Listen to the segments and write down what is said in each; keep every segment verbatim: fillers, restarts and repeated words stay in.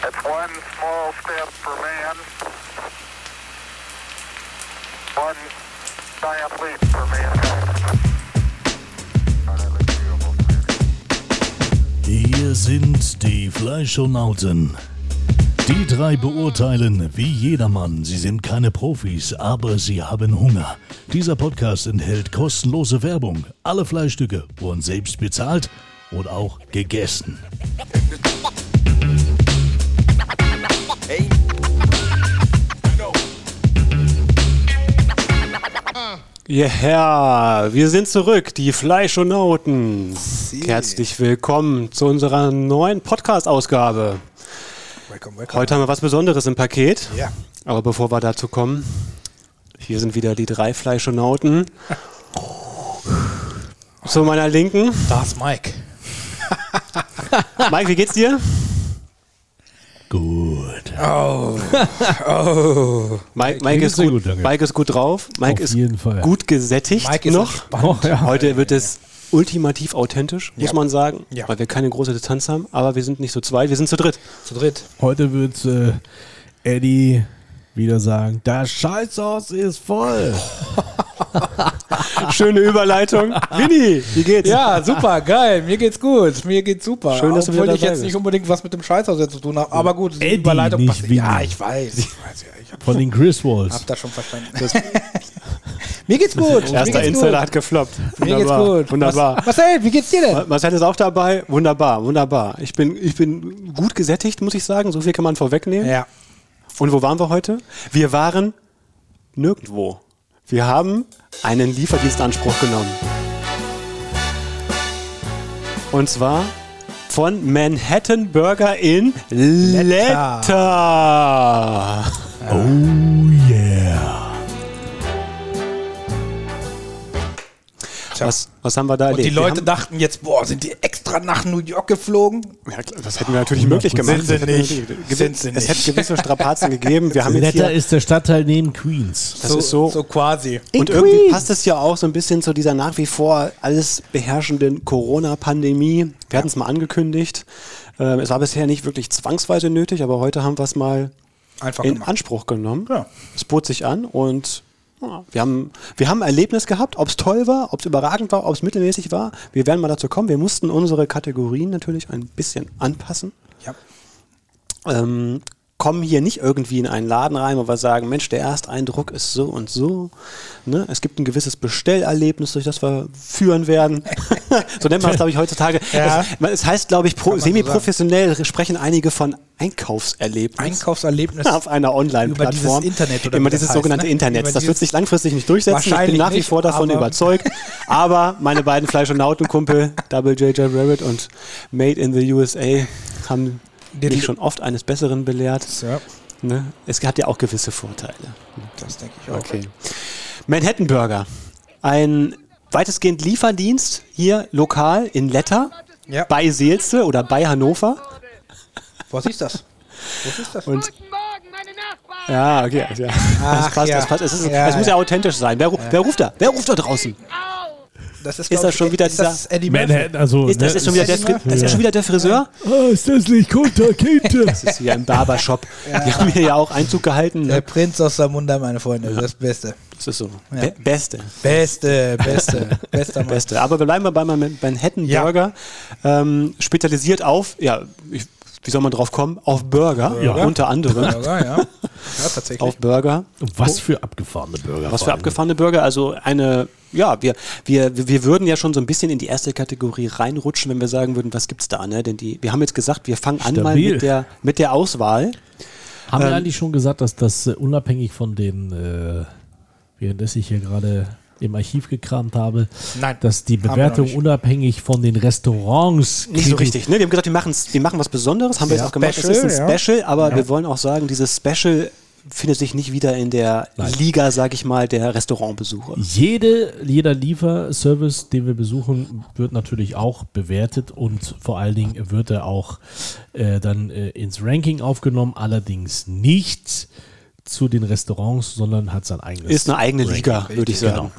It's one small step for man, one giant leap for mankind. Hier sind die Fleischonauten. Die drei beurteilen wie jedermann. Sie sind keine Profis, aber sie haben Hunger. Dieser Podcast enthält kostenlose Werbung. Alle Fleischstücke wurden selbst bezahlt und auch gegessen. Hey. Ja, yeah, wir sind zurück, die Fleischonauten. Herzlich willkommen zu unserer neuen Podcast-Ausgabe. Welcome, welcome. Heute haben wir was Besonderes im Paket. Ja. Aber bevor wir dazu kommen, hier sind wieder die drei Fleischonauten. Zu meiner Linken. Da ist Mike. Mike, wie geht's dir? Gut. Oh. Oh. Mike, Mike, ist, sehr gut, gut, danke. Mike ist gut drauf. Mike Auf ist jeden Fall. gut gesättigt Mike ist noch. entspannt. Oh, ja. Heute wird es ultimativ authentisch, muss Ja. man sagen, Ja. weil wir keine große Distanz haben, aber wir sind nicht zu zweit, wir sind zu dritt. Zu dritt. Heute wird äh, Eddie wieder sagen, das Scheißhaus ist voll. Schöne Überleitung. Winnie, wie geht's? Ja, super, geil. Mir geht's gut. Mir geht's super. Schön, dass du Obwohl wieder ich dabei jetzt bist. nicht unbedingt was mit dem Scheißhaus jetzt zu tun habe. Aber gut, die Eddie, Überleitung nicht passt. Winnie. Ja, ich weiß. Ich weiß ja, ich hab, Von den Griswolds. hab das schon verstanden. Mir geht's gut. Erster Mir geht's Insider gut. hat gefloppt. Mir geht's Wunderbar. gut. Wunderbar. Was, Marcel, wie geht's dir denn? Marcel ist auch dabei. Wunderbar, wunderbar. Ich bin, ich bin gut gesättigt, muss ich sagen. So viel kann man vorwegnehmen. Ja. Und wo waren wir heute? Wir waren nirgendwo. Wir haben einen Lieferdienstanspruch genommen. Und zwar von Manhattan Burger in Letta. Oh yeah. Was, was haben wir da Und erlebt? die Wir Leute haben, dachten jetzt, boah, sind die extra nach New York geflogen? ja, klar, das hätten wir natürlich möglich gemacht. Sind sie Das hätten wir nicht. natürlich- Sind sie Es nicht. hätte gewisse Strapazen gegeben. Wir haben jetzt Letta hier, ist der Stadtteil neben Queens. das ist so. So quasi. Und irgendwie passt es ja auch so ein bisschen zu dieser nach wie vor alles beherrschenden Corona-Pandemie. Wir hatten es mal angekündigt. Ähm, es war bisher nicht wirklich zwangsweise nötig, aber heute haben wir es mal Einfach in gemacht. Anspruch genommen. Ja. Es bot sich an und ja, wir haben, wir haben ein Erlebnis gehabt, ob es toll war, ob es überragend war, ob es mittelmäßig war. Wir werden mal dazu kommen. Wir mussten unsere Kategorien natürlich ein bisschen anpassen. Ja. Ähm, kommen hier nicht irgendwie in einen Laden rein, wo wir sagen, Mensch, der Ersteindruck ist so und so. Ne? Es gibt ein gewisses Bestellerlebnis, durch das wir führen werden. So nennt man es, glaube ich, heutzutage. Ja. Es, es heißt, glaube ich, pro, man so semi-professionell sprechen einige von Einkaufserlebnis. Einkaufserlebnis Auf einer Online-Plattform. Über dieses Internet oder Immer wie das dieses heißt, sogenannte ne? Internet. Über Das wird dieses- sich langfristig nicht durchsetzen. Ich bin Wahrscheinlich nach wie nicht, vor davon aber- überzeugt. Aber meine beiden Fleisch- und Nautenkumpel, Double J J Rabbit und Made in the U S A, haben Die- mich schon oft eines Besseren belehrt. Ja, Ne? Es hat ja auch gewisse Vorteile. das denke ich auch. Okay. Manhattan Burger. Ein weitestgehend Lieferdienst hier lokal in Letta Ja. bei Seelze oder bei Hannover. Was ist das? Was ist das? Und Guten Morgen, meine Nachbarn! ja, okay. Also, ja. Ach, das passt, ja. das passt. Es, ist, Ja, es muss ja ja. authentisch sein. Wer, ru- wer ruft da? Wer ruft da draußen? Das ist, Ist glaub das schon ich, wieder ist das dieser- Eddie Murphy? Manhattan, also. Ist das, ne, ist schon wieder der, Fri- das ist ja schon wieder der Friseur? Ah, ist das nicht Kunter Kinte? Das ist hier im Barbershop. Die haben hier ja auch Einzug gehalten. Der Ne? Prinz aus Samunda, meine Freunde, das Beste. Das ist so. Ja. Be Beste. Beste, beste, bester Mann. Beste. Aber wir bleiben mal bei meinem Manhattan Ja. Burger. Ähm, spezialisiert auf, ja, ich, wie soll man drauf kommen? Auf Burger, Burger. unter anderem. Burger, ja. Ja, tatsächlich. Auf Burger. Was für abgefahrene Burger. Was vor für allem. abgefahrene Burger. Also eine, ja, wir, wir, wir würden ja schon so ein bisschen in die erste Kategorie reinrutschen, wenn wir sagen würden, was gibt's da, ne? Denn die, wir haben jetzt gesagt, wir fangen an mal Stabil. mit der, mit der Auswahl. Haben wir Ähm, eigentlich schon gesagt, dass das äh, unabhängig von den, äh, währenddessen ich hier gerade im Archiv gekramt habe, Nein, dass die haben wir noch Bewertung nicht. unabhängig von den Restaurants Nicht so kriti- richtig, ne? Wir haben gesagt, wir, machen's, wir machen was Besonderes, haben wir Ja, jetzt auch gemacht. Special, es ist ein ja. Special, aber wir wollen auch sagen, dieses Special findet sich nicht wieder in der Nein. Liga, sag ich mal, der Restaurantbesucher. Jede, jeder Lieferservice, den wir besuchen, wird natürlich auch bewertet und vor allen Dingen wird er auch äh, dann äh, ins Ranking aufgenommen, allerdings nicht zu den Restaurants, sondern hat sein eigenes Ist eine eigene Ranking. Liga, würde ich sagen. Ne?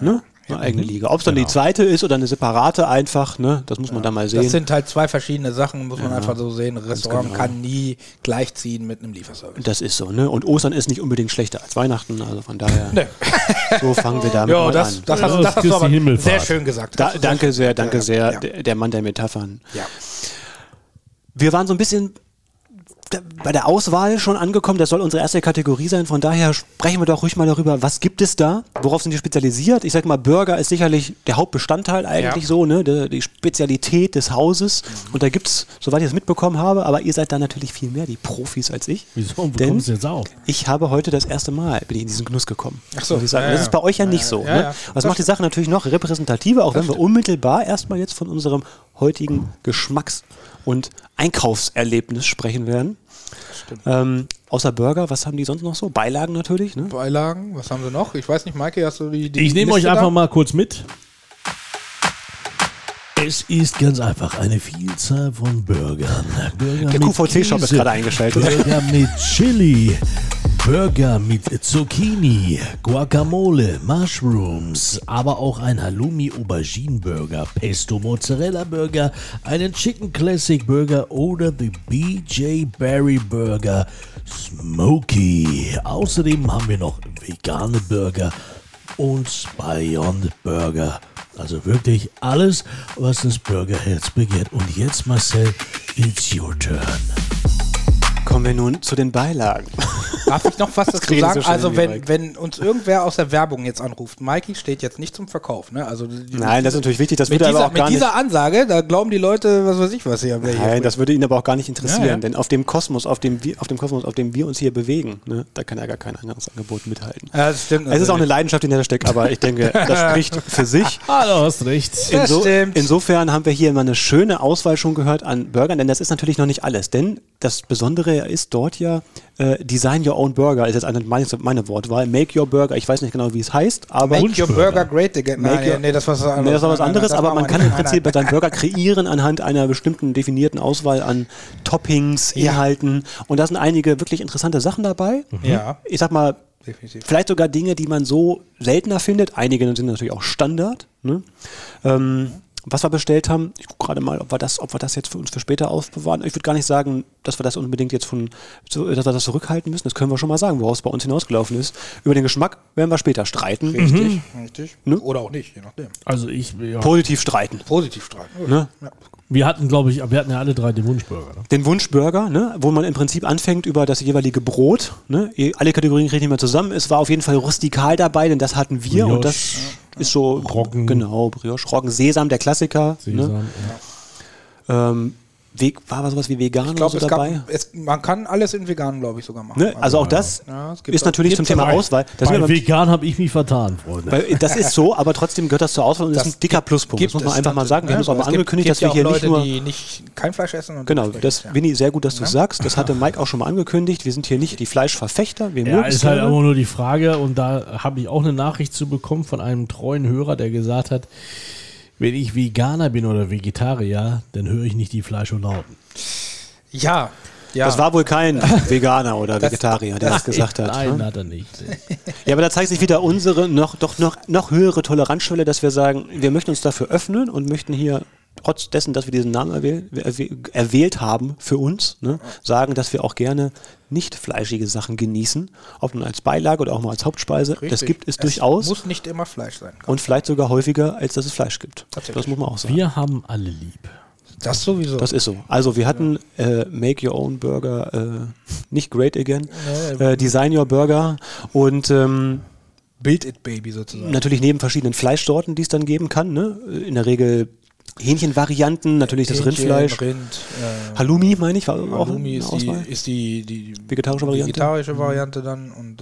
eine eigene Liga. Ob es dann die zweite ist oder eine separate einfach, ne, das muss man dann mal sehen. Das sind halt zwei verschiedene Sachen, muss man Ja, einfach so sehen. Ein Restaurant genau. kann nie gleichziehen mit einem Lieferservice. Das ist so, ne? Und Ostern ist nicht unbedingt schlechter als Weihnachten, also von daher, Nee. so fangen wir damit Ja, mal das, an. das, Ja, hast, das das hast ist du aber die Himmelfahrt. sehr schön gesagt. Da, Hast du danke sehr, danke ja, sehr, ja. der, der Mann der Metaphern. Ja. Wir waren so ein bisschen da- bei der Auswahl schon angekommen, das soll unsere erste Kategorie sein, von daher sprechen wir doch ruhig mal darüber, was gibt es da, worauf sind die spezialisiert? Ich sag mal, Burger ist sicherlich der Hauptbestandteil eigentlich Ja. so, ne, die, die Spezialität des Hauses und da gibt es, soweit ich es mitbekommen habe, aber ihr seid da natürlich viel mehr die Profis als ich. Wieso? Wo Denn kommst du jetzt auf? ich habe heute das erste Mal, bin ich in diesen Genuss gekommen. Ach so, muss ich sagen. ja, Das ja. ist bei euch ja nicht so. ja, ne? ja. Das Das macht die Sache natürlich noch repräsentativer, auch wenn wir unmittelbar erstmal jetzt von unserem heutigen Geschmacks- und Einkaufserlebnis sprechen werden. Ähm, außer Burger, was haben die sonst noch so? Beilagen natürlich, ne? Beilagen, was haben sie noch? Ich weiß nicht, Maike, hast du die, die Ich nehme Liste euch einfach da? mal kurz mit. Es ist ganz einfach eine Vielzahl von Burgern. Burger Der mit Q V C-Shop ist Käse, gerade eingeschaltet. Burger mit Chili, Burger mit Zucchini, Guacamole, Mushrooms, aber auch ein Halloumi-Aubergine-Burger, Pesto-Mozzarella-Burger, einen Chicken Classic Burger oder the B J Berry Burger Smoky. Außerdem haben wir noch vegane Burger und Beyond Burger. Also wirklich alles, was das Burgerherz begehrt. Und jetzt, Marcel, it's your turn. Kommen wir nun zu den Beilagen. Darf ich noch was dazu kriegen sagen? so schnell Also wie wenn, Mike. wenn uns irgendwer aus der Werbung jetzt anruft, Mikey steht jetzt nicht zum Verkauf. Ne? Also die, Nein, das ist natürlich wichtig, das mit würde dieser, aber auch gar mit nicht... dieser Ansage, da glauben die Leute, was weiß ich was hier. wer hier Nein, das würde ihn aber auch gar nicht interessieren, Ja, ja. denn auf dem Kosmos, auf dem wir, auf dem Kosmos, auf dem wir uns hier bewegen, ne, da kann ja gar kein anderes Angebot mithalten. Ja, das stimmt. Es ist auch eine Leidenschaft, die dahinter steckt, aber ich denke, das spricht für sich. Ah, du hast recht. Das stimmt. Insofern haben wir hier immer eine schöne Auswahl schon gehört an Burgern, denn das ist natürlich noch nicht alles. Denn das Besondere ist dort ja, äh, Design Your Own Burger ist jetzt eine meine, meine Wortwahl. Make Your Burger, ich weiß nicht genau, wie es heißt, aber... Make your burger great again. Make Nein, your- nee, das war was anderes. Nee, das war was Nein, nein, anderes, das aber machen man wir kann nicht. im Prinzip Nein, seinen Burger kreieren anhand einer bestimmten definierten Auswahl an Toppings, Ja. Inhalten. Und da sind einige wirklich interessante Sachen dabei. nein. Ja, Ich sag mal, definitiv. vielleicht sogar Dinge, die man so seltener findet. Einige sind natürlich auch Standard. Ne? Ähm, was wir bestellt haben, ich gucke gerade mal, ob wir, das, ob wir das jetzt für uns für später aufbewahren. Ich würde gar nicht sagen, dass wir das unbedingt jetzt von, so, dass wir das zurückhalten müssen. Das können wir schon mal sagen, woraus es bei uns hinausgelaufen ist. Über den Geschmack werden wir später streiten. Richtig, richtig. Ne? Oder auch nicht, je nachdem. Also ich, ja. Positiv streiten. Positiv streiten. Ne? Ja. Wir hatten, glaube ich, wir hatten ja alle drei den Wunschburger. Ne? Den Wunschburger, ne, wo man im Prinzip anfängt über das jeweilige Brot. Ne, alle Kategorien kriegen nicht mehr zusammen. Es war auf jeden Fall rustikal dabei, denn das hatten wir Brioche, und das ist so Roggen. Genau, Brioche, Roggen, Sesam, der Klassiker. Sesam, Ne? ja. Ähm, Weg, war was sowas wie vegan Ich glaube, oder so es dabei? gab, es, man kann alles in vegan, glaube ich, sogar machen. Ne? Also auch das Ja, es gibt ist auch- natürlich zum gibt's Thema aber- Auswahl. Das, Bei sind wir- vegan habe ich mich vertan, Freunde. weil, das ist so, aber trotzdem gehört das zur Auswahl und das, Das ist ein dicker Pluspunkt. Das gibt muss man es einfach mal natürlich, sagen. Wir ne? haben es auch mal Es gibt- angekündigt, gibt dass wir ja auch hier Leute, nicht nur... die nicht kein Fleisch essen. Und Genau, dementsprechend, das, ja. Winnie, sehr gut, dass du sagst. Das hatte Mike auch schon mal angekündigt. Wir sind hier nicht die Fleischverfechter. Wir Ja, mögen es ist halt gerne. immer nur die Frage, und da habe ich auch eine Nachricht zu bekommen von einem treuen Hörer, der gesagt hat, wenn ich Veganer bin oder Vegetarier, dann höre ich nicht die Fleisch und Lauten. Ja, ja. Das war wohl kein Veganer oder Das- Vegetarier, der das gesagt hat. Nein, ne? hat er nicht. Ja, aber da zeigt sich wieder unsere noch, doch noch, noch höhere Toleranzschwelle, dass wir sagen, wir möchten uns dafür öffnen und möchten hier, trotz dessen, dass wir diesen Namen erwähl, erwäh, erwählt haben für uns, ne, sagen, dass wir auch gerne nicht fleischige Sachen genießen, ob nun als Beilage oder auch mal als Hauptspeise. Das Richtig. gibt es durchaus muss nicht immer Fleisch sein. und vielleicht sogar häufiger, als dass es Fleisch gibt. Tatsächlich. Das muss man auch sagen. Wir haben alle lieb. Das sowieso. Das ist so. Also wir hatten äh, Make Your Own Burger, äh, nicht Great Again, äh, Design Your Burger und ähm, Build It Baby sozusagen. natürlich neben verschiedenen Fleischsorten, die es dann geben kann. Ne? In der Regel Hähnchenvarianten, natürlich das Hähnchen, Rindfleisch. Rind, äh, Halloumi, meine ich, war auch Halloumi eine ist die, Auswahl. ist die, die Vegetarische Variante. vegetarische Variante dann und äh,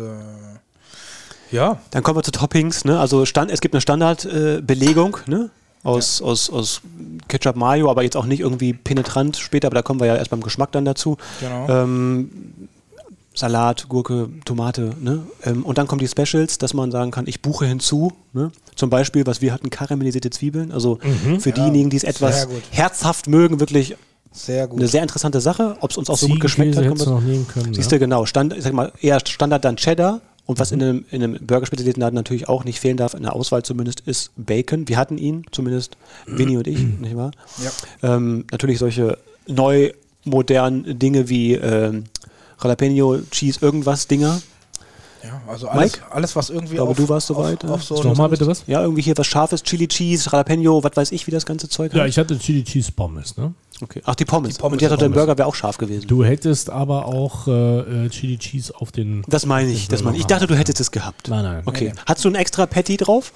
ja. Dann kommen wir zu Toppings. Ne? Also Stand, es gibt eine Standardbelegung äh, Belegung, ne? aus, ja. aus, aus Ketchup, Mayo, aber jetzt auch nicht irgendwie penetrant später, aber da kommen wir ja erst beim Geschmack dann dazu. Genau. Ähm, Salat, Gurke, Tomate. Ne? Ähm, und dann kommen die Specials, dass man sagen kann, ich buche hinzu. Ne? Zum Beispiel, was wir hatten, karamellisierte Zwiebeln. Also für diejenigen, die es etwas sehr gut. herzhaft mögen, wirklich Sehr gut. eine sehr interessante Sache. Ob es uns auch so gut geschmeckt hat, Ziegenkäse können wir hättest du noch nehmen können. Siehst ja. du, genau. Stand, ich sag mal, eher Standard dann Cheddar Und was in einem, in einem Burger-Spezialitätenladen natürlich auch nicht fehlen darf, in der Auswahl zumindest, ist Bacon. Wir hatten ihn, zumindest Vinny und ich, nicht wahr? Ja. Ähm, natürlich solche neu modernen Dinge wie ähm, Jalapeno, Cheese, irgendwas Dinger. Ja, also alles, Mike? alles was irgendwie Ich glaube, auf, du warst soweit, auf, ja. auf so Nochmal bitte was? Ja, irgendwie hier was Scharfes, Chili Cheese, Jalapeno, was weiß ich, wie das ganze Zeug Ja, heißt. ich hatte Chili Cheese Pommes, ne? Okay. Ach, die Pommes. Die Pommes und die hat dein Pommes. Burger wäre auch scharf gewesen. Du hättest aber auch äh, Chili Cheese auf den... Das meine ich, das meine ich. Ich dachte, du hättest es gehabt. Nein, nein. Okay. Nee, nee. Hast du ein extra Patty drauf?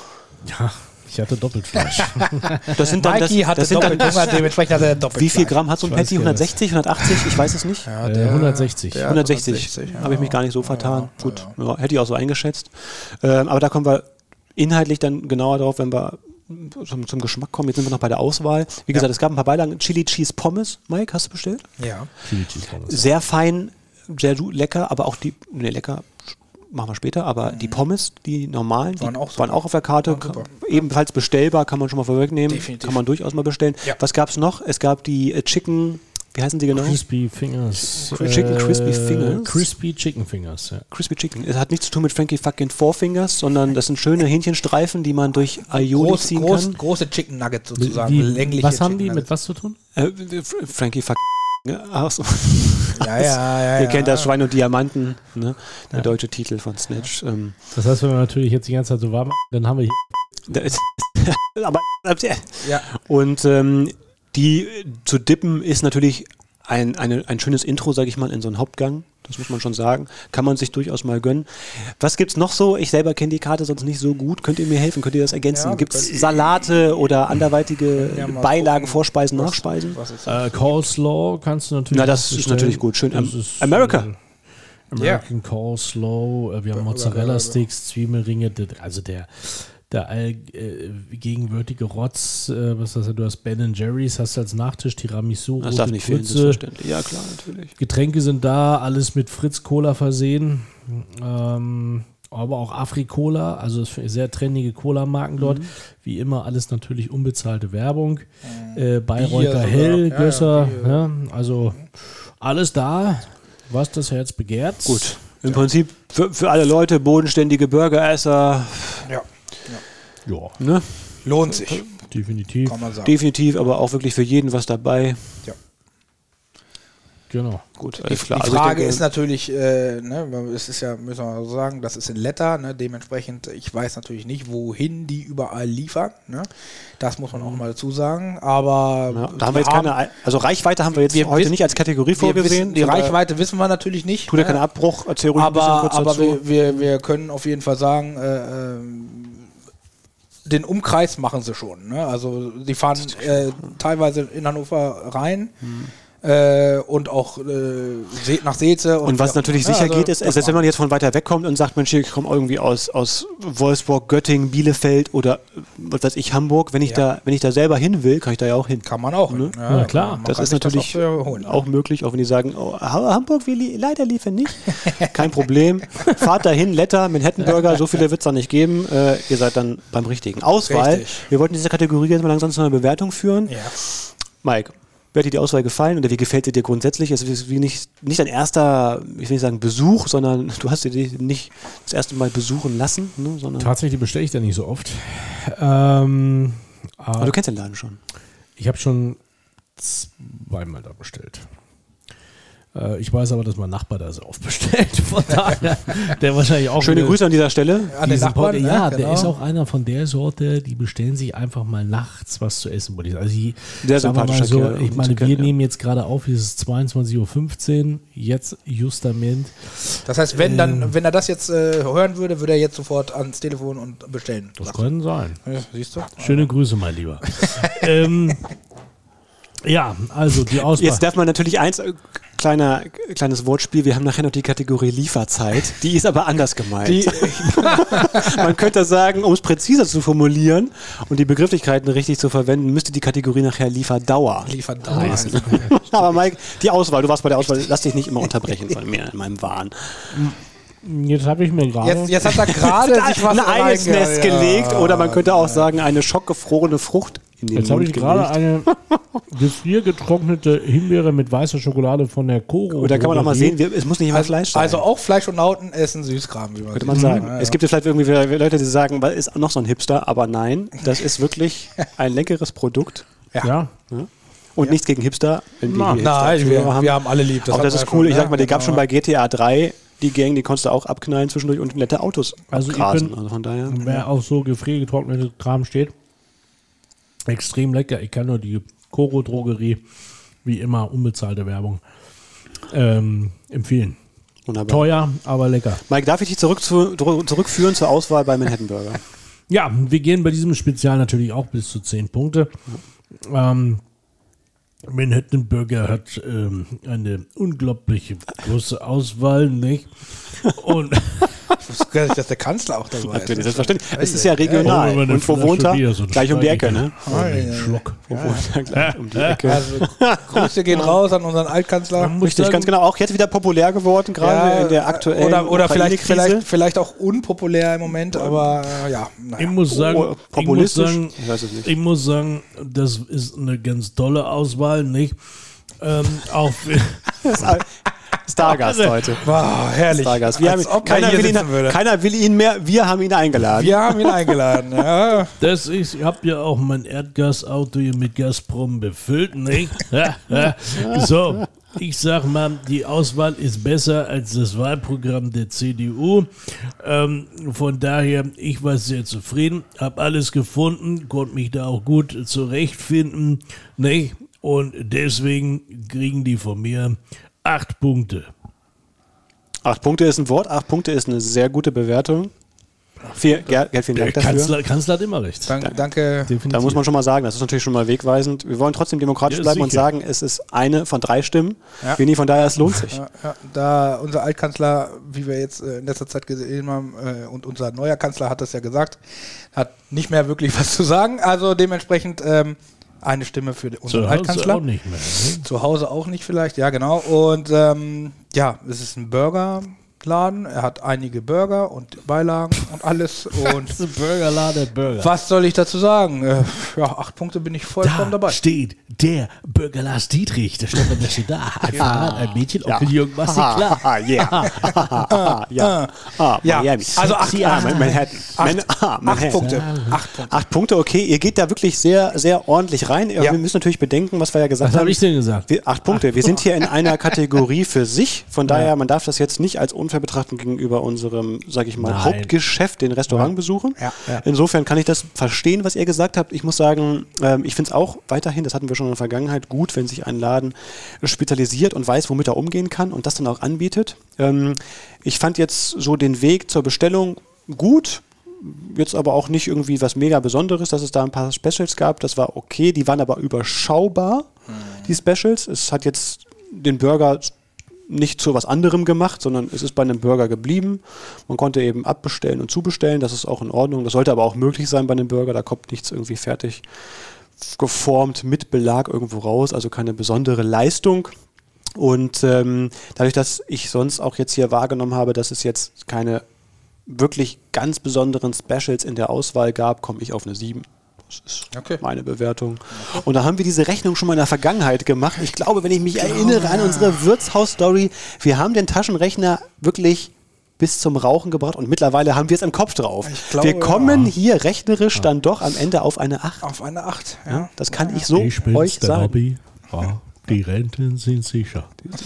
Ja, ich hatte Doppelfleisch. Das sind dann, das, Mikey hatte das sind dann doppelt Hunger, dementsprechend hat er doppelt. wie viel Gramm hat so ein Ich weiß Patty? gar nicht. hundertsechzig, hundertachtzig? Ich weiß es nicht. Ja, Äh, hundertsechzig. der- hundertsechzig. hundertsechzig, ja. Habe ich mich gar nicht so vertan. Ja, Gut, ja. ja, hätte ich auch so eingeschätzt. Ähm, aber da kommen wir inhaltlich dann genauer drauf, wenn wir zum, zum Geschmack kommen. Jetzt sind wir noch bei der Auswahl. Wie gesagt, es gab ein paar Beilagen. Chili Cheese Pommes. Mike, hast du bestellt? Ja. Chili Cheese Pommes. Sehr fein, sehr du- lecker, aber auch die, ne, lecker, machen wir später, aber die Pommes, die normalen, die Waren auch super. waren auch auf der Karte, Waren super. ebenfalls bestellbar, kann man schon mal vorwegnehmen, Definitiv. kann man durchaus mal bestellen. Ja. Was gab es noch? Es gab die äh, Chicken, wie heißen die genau? Crispy Fingers. Cri- Chicken Crispy Fingers? Crispy Chicken Fingers, ja. Crispy Chicken. Es hat nichts zu tun mit Frankie fucking Four Fingers, sondern das sind schöne Hähnchenstreifen, die man durch Aioli Groß, ziehen groß, kann. große Chicken Nuggets sozusagen. Wie, längliche was haben Chicken die mit Nuggets. was zu tun? Äh, Frankie fucking Ach so. Ja, ja, ja. Ihr ja. kennt das Schwein und Diamanten, ne? Der deutsche Titel von Snatch. Ähm, Das heißt, wenn wir natürlich jetzt die ganze Zeit so warm machen, dann haben wir hier da ist, aber Ja. und ähm, die äh, zu dippen ist natürlich ein, eine, ein schönes Intro, sage ich mal, in so einen Hauptgang. Das muss man schon sagen. Kann man sich durchaus mal gönnen. Was gibt's noch so? Ich selber kenne die Karte sonst nicht so gut. Könnt ihr mir helfen? Könnt ihr das ergänzen? Ja, wir Gibt's können- Salate oder anderweitige Ja, mal Beilagen, gucken, Vorspeisen, was- Nachspeisen? Was ist äh, Coleslaw kannst du natürlich Na, das ist bestellen. natürlich gut. Schön. Das Am- ist, America. äh, American Coleslaw, äh, wir haben Mozzarella-Sticks, Zwiebelringe, das- also der der allgegenwärtige Rotz, äh, was das, du hast Ben and Jerry's, hast du als Nachtisch Tiramisu, Das darf rote nicht fehlen, Grütze, selbstverständlich. Ja, klar, natürlich. Getränke sind da, alles mit Fritz Cola versehen, ähm, aber auch Afri-Cola, also es sind sehr trendige Cola-Marken dort. Wie immer, alles natürlich unbezahlte Werbung. Äh, Bayreuther sogar. Hell, Ja, ja, Gösser, Bier. ja, also alles da, was das Herz begehrt. Gut. Im Prinzip für, für alle Leute, bodenständige Burgeresser, Ja. Ja, ne? Lohnt sich, definitiv. kann man sagen. Definitiv, aber auch wirklich für jeden was dabei. Ja. Genau. Gut, Die, alles klar. die Also ich Frage denke, ist natürlich, äh, ne, es ist ja, müssen wir mal so sagen, das ist in Letter, ne, dementsprechend, ich weiß natürlich nicht, wohin die überall liefern, ne, das muss man auch mal dazu sagen, aber ja, da haben wir jetzt keine, also Reichweite haben wir jetzt wir heute wissen- nicht als Kategorie wir vorgesehen. wissen, die Von daher Reichweite wissen wir natürlich nicht, tut ja ne, keinen Abbruch, erzähl ruhig ein bisschen aber, kurz aber dazu. wir, wir, wir können auf jeden Fall sagen, äh, ähm, den Umkreis machen sie schon. Ne? Also die fahren äh, teilweise in Hannover rein äh, und auch äh, Se- nach Seelze. Und was natürlich ja, sicher also geht, ist, das selbst wenn machen man jetzt von weiter weg kommt und sagt, Mensch, ich komme irgendwie aus, aus Wolfsburg, Göttingen, Bielefeld oder äh, was weiß ich, Hamburg, wenn ich, Ja. da, wenn ich da selber hin will, kann ich da ja auch hin. kann man auch. Ne? Ja, Ja, klar. man Das kann ist sich natürlich auch, äh, holen. auch möglich, auch wenn die sagen, oh, Ha- Hamburg, wir li leider liefern nicht. Kein Problem. Fahrt dahin, Letter, Manhattan Burger, so viele wird es da nicht geben. Äh, ihr seid dann beim richtigen. Auswahl. Richtig. Wir wollten diese Kategorie jetzt mal langsam zu einer Bewertung führen. Ja. Mike, wie hat dir die Auswahl gefallen oder wie gefällt sie dir grundsätzlich? Es ist wie nicht, nicht dein erster, ich will nicht sagen Besuch, sondern du hast dir die nicht das erste Mal besuchen lassen, ne, sondern Tatsächlich bestelle ich da nicht so oft. Ähm, aber du kennst den Laden schon. Ich habe schon zweimal da bestellt. Äh, ich weiß aber, dass mein Nachbar da so oft bestellt. Von daher, der wahrscheinlich auch. Schöne eine- Grüße an dieser Stelle. An den diesen Nachbarn, Pod- ne? ja, der Genau. ist auch einer von der Sorte, die bestellen sich einfach mal nachts was zu essen. wollte ich sagen. Also die, Sehr sagen wir mal sympathischer so, Kerl, um ich ihn meine, zu kennen, wir ja. nehmen jetzt gerade auf, es ist zweiundzwanzig Uhr fünfzehn, jetzt justament. Das heißt, wenn, Ähm. dann, wenn er das jetzt äh, hören würde, würde er jetzt sofort ans Telefon und bestellen. Das Sagst du. kann sein. Ja, siehst du? Schöne Grüße, mein Lieber. ähm, ja, also die Auswahl. Jetzt darf man natürlich eins, äh, kleiner, kleines Wortspiel, wir haben nachher noch die Kategorie Lieferzeit, die ist aber anders gemeint. Die, Man könnte sagen, um es präziser zu formulieren und die Begrifflichkeiten richtig zu verwenden, müsste die Kategorie nachher Lieferdauer liefern heißen. Aber Mike, die Auswahl, du warst bei der Auswahl, lass dich nicht immer unterbrechen von mir in meinem Wahn. Jetzt habe ich mir gerade. Jetzt, jetzt hat er gerade sich was Ein Eisnest reinge- gelegt ja. oder man könnte auch sagen, eine schockgefrorene Frucht in den Jetzt habe Mund ich gerade gelegt. eine gefriergetrocknete Himbeere mit weißer Schokolade von der Koro. Und da kann man auch mal sehen, wir, es muss nicht immer Fleisch sein. Also auch Fleischonauten essen Süßkram, wie man könnte sieht. man sagen. Ja, ja. Es gibt ja vielleicht irgendwie wieder Leute, die sagen, was ist noch so ein Hipster, aber nein, das ist wirklich ein leckeres Produkt Ja. und nichts gegen Hipster. Wenn die Na, hier Nein, Hipster-Zuhörer wir, haben. wir haben alle lieb. Auch hatten das wir ist ja cool. schon, Ich sag mal, die ja, gab schon genau. bei G T A drei, die Gang, die konntest du auch abknallen zwischendurch und nette Autos Also ihr abgrasen. könnt- Also von daher. Wer auf so gefriergetrocknete Kram steht, extrem lecker. Ich kann nur die Koro-Drogerie, wie immer, unbezahlte Werbung, ähm, empfehlen. Wunderbar. Teuer, aber lecker. Mike, darf ich dich zurück zu, dr- zurückführen zur Auswahl bei Manhattan Burger? Ja, wir gehen bei diesem Spezial natürlich auch bis zu zehn Punkte. Ähm, Manhattan Burger hat ähm, eine unglaubliche große Auswahl, nicht? Und Ich wusste gar nicht, dass der Kanzler auch dabei Natürlich, ist. selbstverständlich. Es ist ja regional. Oh, wenn man Und wo eine wohnt er? Flasche Bier, so eine Gleich um die steige Ecke, ich ne? Oh, einen Schluck. Wo wohnt er? Gleich um die Ecke. Also, Grüße gehen raus an unseren Altkanzler. Richtig, ganz genau. Auch jetzt wieder populär geworden, gerade in der aktuellen Oder, oder vielleicht, Ukraine-Krise. vielleicht, vielleicht auch unpopulär im Moment, aber äh, ja. Ich Naja. muss sagen, Oh, ich muss populistisch? sagen, Ich weiß es nicht. ich muss sagen, das ist eine ganz tolle Auswahl, nicht? Ähm, auch Stargast heute. Wow, herrlich. Stargast. Wir haben, Als ihn- ob er keiner, hier will ihn, sitzen würde. keiner will ihn mehr, wir haben ihn eingeladen. Wir haben ihn eingeladen. Ja. das ist, ich habe ja auch mein Erdgasauto hier mit Gazprom befüllt, nicht? Ja, ja. So, ich sag mal, die Auswahl ist besser als das Wahlprogramm der C D U. Ähm, von daher, ich war sehr zufrieden, habe alles gefunden, konnte mich da auch gut zurechtfinden, nicht? Und deswegen kriegen die von mir acht Punkte. Acht Punkte ist ein Wort, acht Punkte ist eine sehr gute Bewertung. Viel, Gerd, Gerd, vielen Der Dank dafür. Kanzler, Kanzler hat immer recht. Dank, danke. Definitiv. Da muss man schon mal sagen, das ist natürlich schon mal wegweisend. Wir wollen trotzdem demokratisch Ja, bleiben und sicher. sagen, es ist eine von drei Stimmen. Ja. Wenig, von daher, es lohnt sich. Ja, ja, da unser Altkanzler, wie wir jetzt äh, in letzter Zeit gesehen haben, äh, und unser neuer Kanzler hat das ja gesagt, hat nicht mehr wirklich was zu sagen. Also dementsprechend ähm, eine Stimme für den- unseren Zu Hause Altkanzler. auch nicht mehr. Ne? Zu Hause auch nicht vielleicht, ja genau. Und ähm, ja, es ist ein Burgerladen. Er hat einige Burger und Beilagen und alles. Und Das ist ein Burgerladen, der Burger. was soll ich dazu sagen? Äh, ja, acht Punkte bin ich vollkommen Da dabei. steht der Burger Lars Dietrich. Der stand dann schon da. Ein Fahrrad, ein Mädchen, Onkel Jürgen, was Aha, klar. aha, yeah. Aha, ja. Ah, Ja, Miami. also acht- Sie, ah, Manhattan. Man, ah, Acht Manhattan. Punkte. Acht Punkte. Acht Punkte, okay. Ihr geht da wirklich sehr, sehr ordentlich rein. Ja. Wir müssen natürlich bedenken, was wir ja gesagt Was haben. habe ich denn gesagt? Wir, acht Punkte. Wir sind hier in einer Kategorie für sich. Von daher, man darf das jetzt nicht als unfair betrachten gegenüber unserem, sage ich mal, Nein. Hauptgeschäft, den Restaurantbesuchen. Ja, ja. Insofern kann ich das verstehen, was ihr gesagt habt. Ich muss sagen, ähm, ich finde es auch weiterhin, das hatten wir schon in der Vergangenheit, gut, wenn sich ein Laden spezialisiert und weiß, womit er umgehen kann und das dann auch anbietet. Ähm, ich fand jetzt so den Weg zur Bestellung gut. Jetzt aber auch nicht irgendwie was mega Besonderes, dass es da ein paar Specials gab. Das war okay. Die waren aber überschaubar, die Specials. Es hat jetzt den Burger nicht zu was anderem gemacht, sondern es ist bei einem Burger geblieben. Man konnte eben abbestellen und zubestellen. Das ist auch in Ordnung. Das sollte aber auch möglich sein bei einem Burger. Da kommt nichts irgendwie fertig geformt mit Belag irgendwo raus. Also keine besondere Leistung. Und ähm, dadurch, dass ich sonst auch jetzt hier wahrgenommen habe, dass es jetzt keine wirklich ganz besonderen Specials in der Auswahl gab, komme ich auf eine sieben. Das ist Okay. meine Bewertung. Und da haben wir diese Rechnung schon mal in der Vergangenheit gemacht. Ich glaube, wenn ich mich erinnere an unsere Wirtshaus-Story, wir haben den Taschenrechner wirklich bis zum Rauchen gebracht und mittlerweile haben wir es im Kopf drauf. Ich glaube, wir kommen hier rechnerisch dann doch am Ende auf eine acht. Auf eine acht. Ja. Ja, das kann ich so Ich bin's, euch der sagen. Robby. Ja, die Renten sind sicher.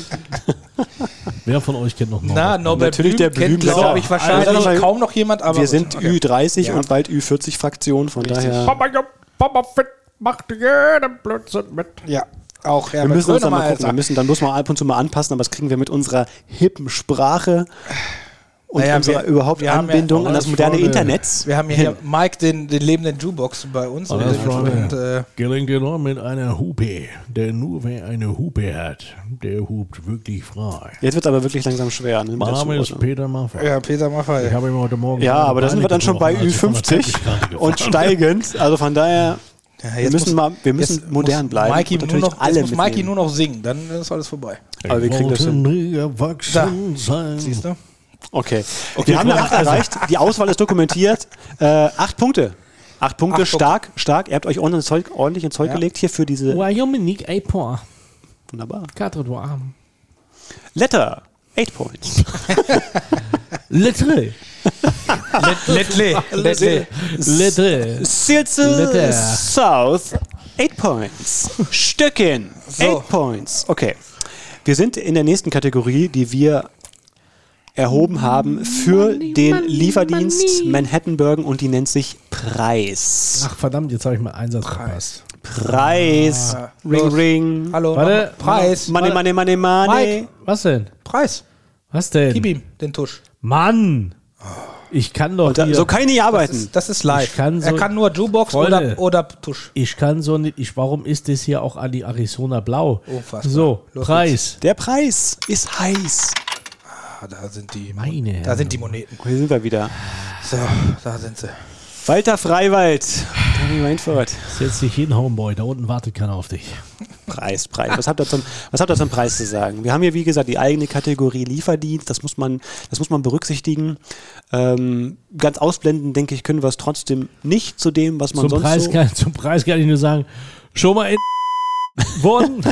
Wer von euch kennt noch Na, Norbert? Norbert Natürlich Blüm der Blüm, kennt, glaube klar. ich, wahrscheinlich Also, weil kaum noch jemand, aber Wir sind okay. Ü dreißig Ja. und bald Ü vierzig Fraktion, von daher. Papa, ja, Papa Fit macht jeden Blödsinn mit. Ja, auch Wir Herbert müssen uns dann mal Grönemeyer gucken. Wir müssen dann bloß mal ab und zu mal anpassen, aber das kriegen wir mit unserer hippen Sprache und Naja, unserer wir- überhaupt wir haben ja Anbindung an das alles moderne Freunde. Internet. Wir haben hier Mike, den, den lebenden Jukebox bei uns. Und Alles dementsprechend, Freunde. äh, Gelingt dir nur mit einer Hupe. Denn nur wer eine Hupe hat, der hupt wirklich frei. Jetzt wird es aber wirklich langsam schwer. Ne, mit Mein der Name ist Zuordnung. Peter Maffay. ja, Peter Ich Maffay. habe ihm heute Morgen. Ja, meine aber da sind wir dann Beine schon bei gebrochen, Ü als ich von der fünfzig Teppichkante und gefahren steigend. Also von daher, Ja, wir müssen, muss- mal, wir müssen jetzt modern muss bleiben. Mikey und nur natürlich noch, alle jetzt muss Mikey mitnehmen. nur noch singen, dann ist alles vorbei. bin. Aber wir kriegen das hin. nie erwachsen sein. Siehst du? Okay. Wir haben eine acht erreicht. Die Auswahl ist dokumentiert. Äh, acht Punkte. Acht Punkte, Acht Punkte. stark, stark. Ihr habt euch ordentlich ins Zeug, ordentlich ins Zeug Ja. gelegt hier für diese. Wyoming, eight point. Wunderbar. Quatre doigts. Letter, eight points. Lettre. Lettle. Lettle. Lettre. Silze Letter. South, eight points. Stöcken, So. eight points. Okay. Wir sind in der nächsten Kategorie, die wir erhoben haben für den Lieferdienst Manhattan-Burgen und die nennt sich Preis. Ach verdammt, jetzt habe ich mal Einsatz verpasst. Preis. Ah, Ring, los. ring. Hallo. Warte. Preis. Money, money, money, money. Mike. Was denn? Preis. Was denn? Gib ihm den Tusch. Mann! Ich kann doch Da, hier, so kann ich nicht Das arbeiten. ist, das ist live. Ich kann so- er kann nur Jukebox Freunde. oder, oder Tusch. ich kann so nicht, ich, warum ist das hier auch an die Arizona Blau? Unfassbar. So, Los Preis. Der Preis ist heiß. Ah, da sind die, Meine da Herren. sind die Moneten. Hier sind wir wieder. So, da sind sie. Walter Freiwald. Tommy Weinfurt. Setz dich hin, Homeboy, da unten wartet keiner auf dich. Preis, Preis. Was habt ihr zum, was habt ihr zum Preis zu sagen? Wir haben hier, wie gesagt, die eigene Kategorie Lieferdienst. Das muss man, das muss man berücksichtigen. Ähm, ganz ausblenden, denke ich, können wir es trotzdem nicht zu dem, was man Zum sonst Preis, so... kann, zum Preis kann ich nur sagen, schon mal in worden.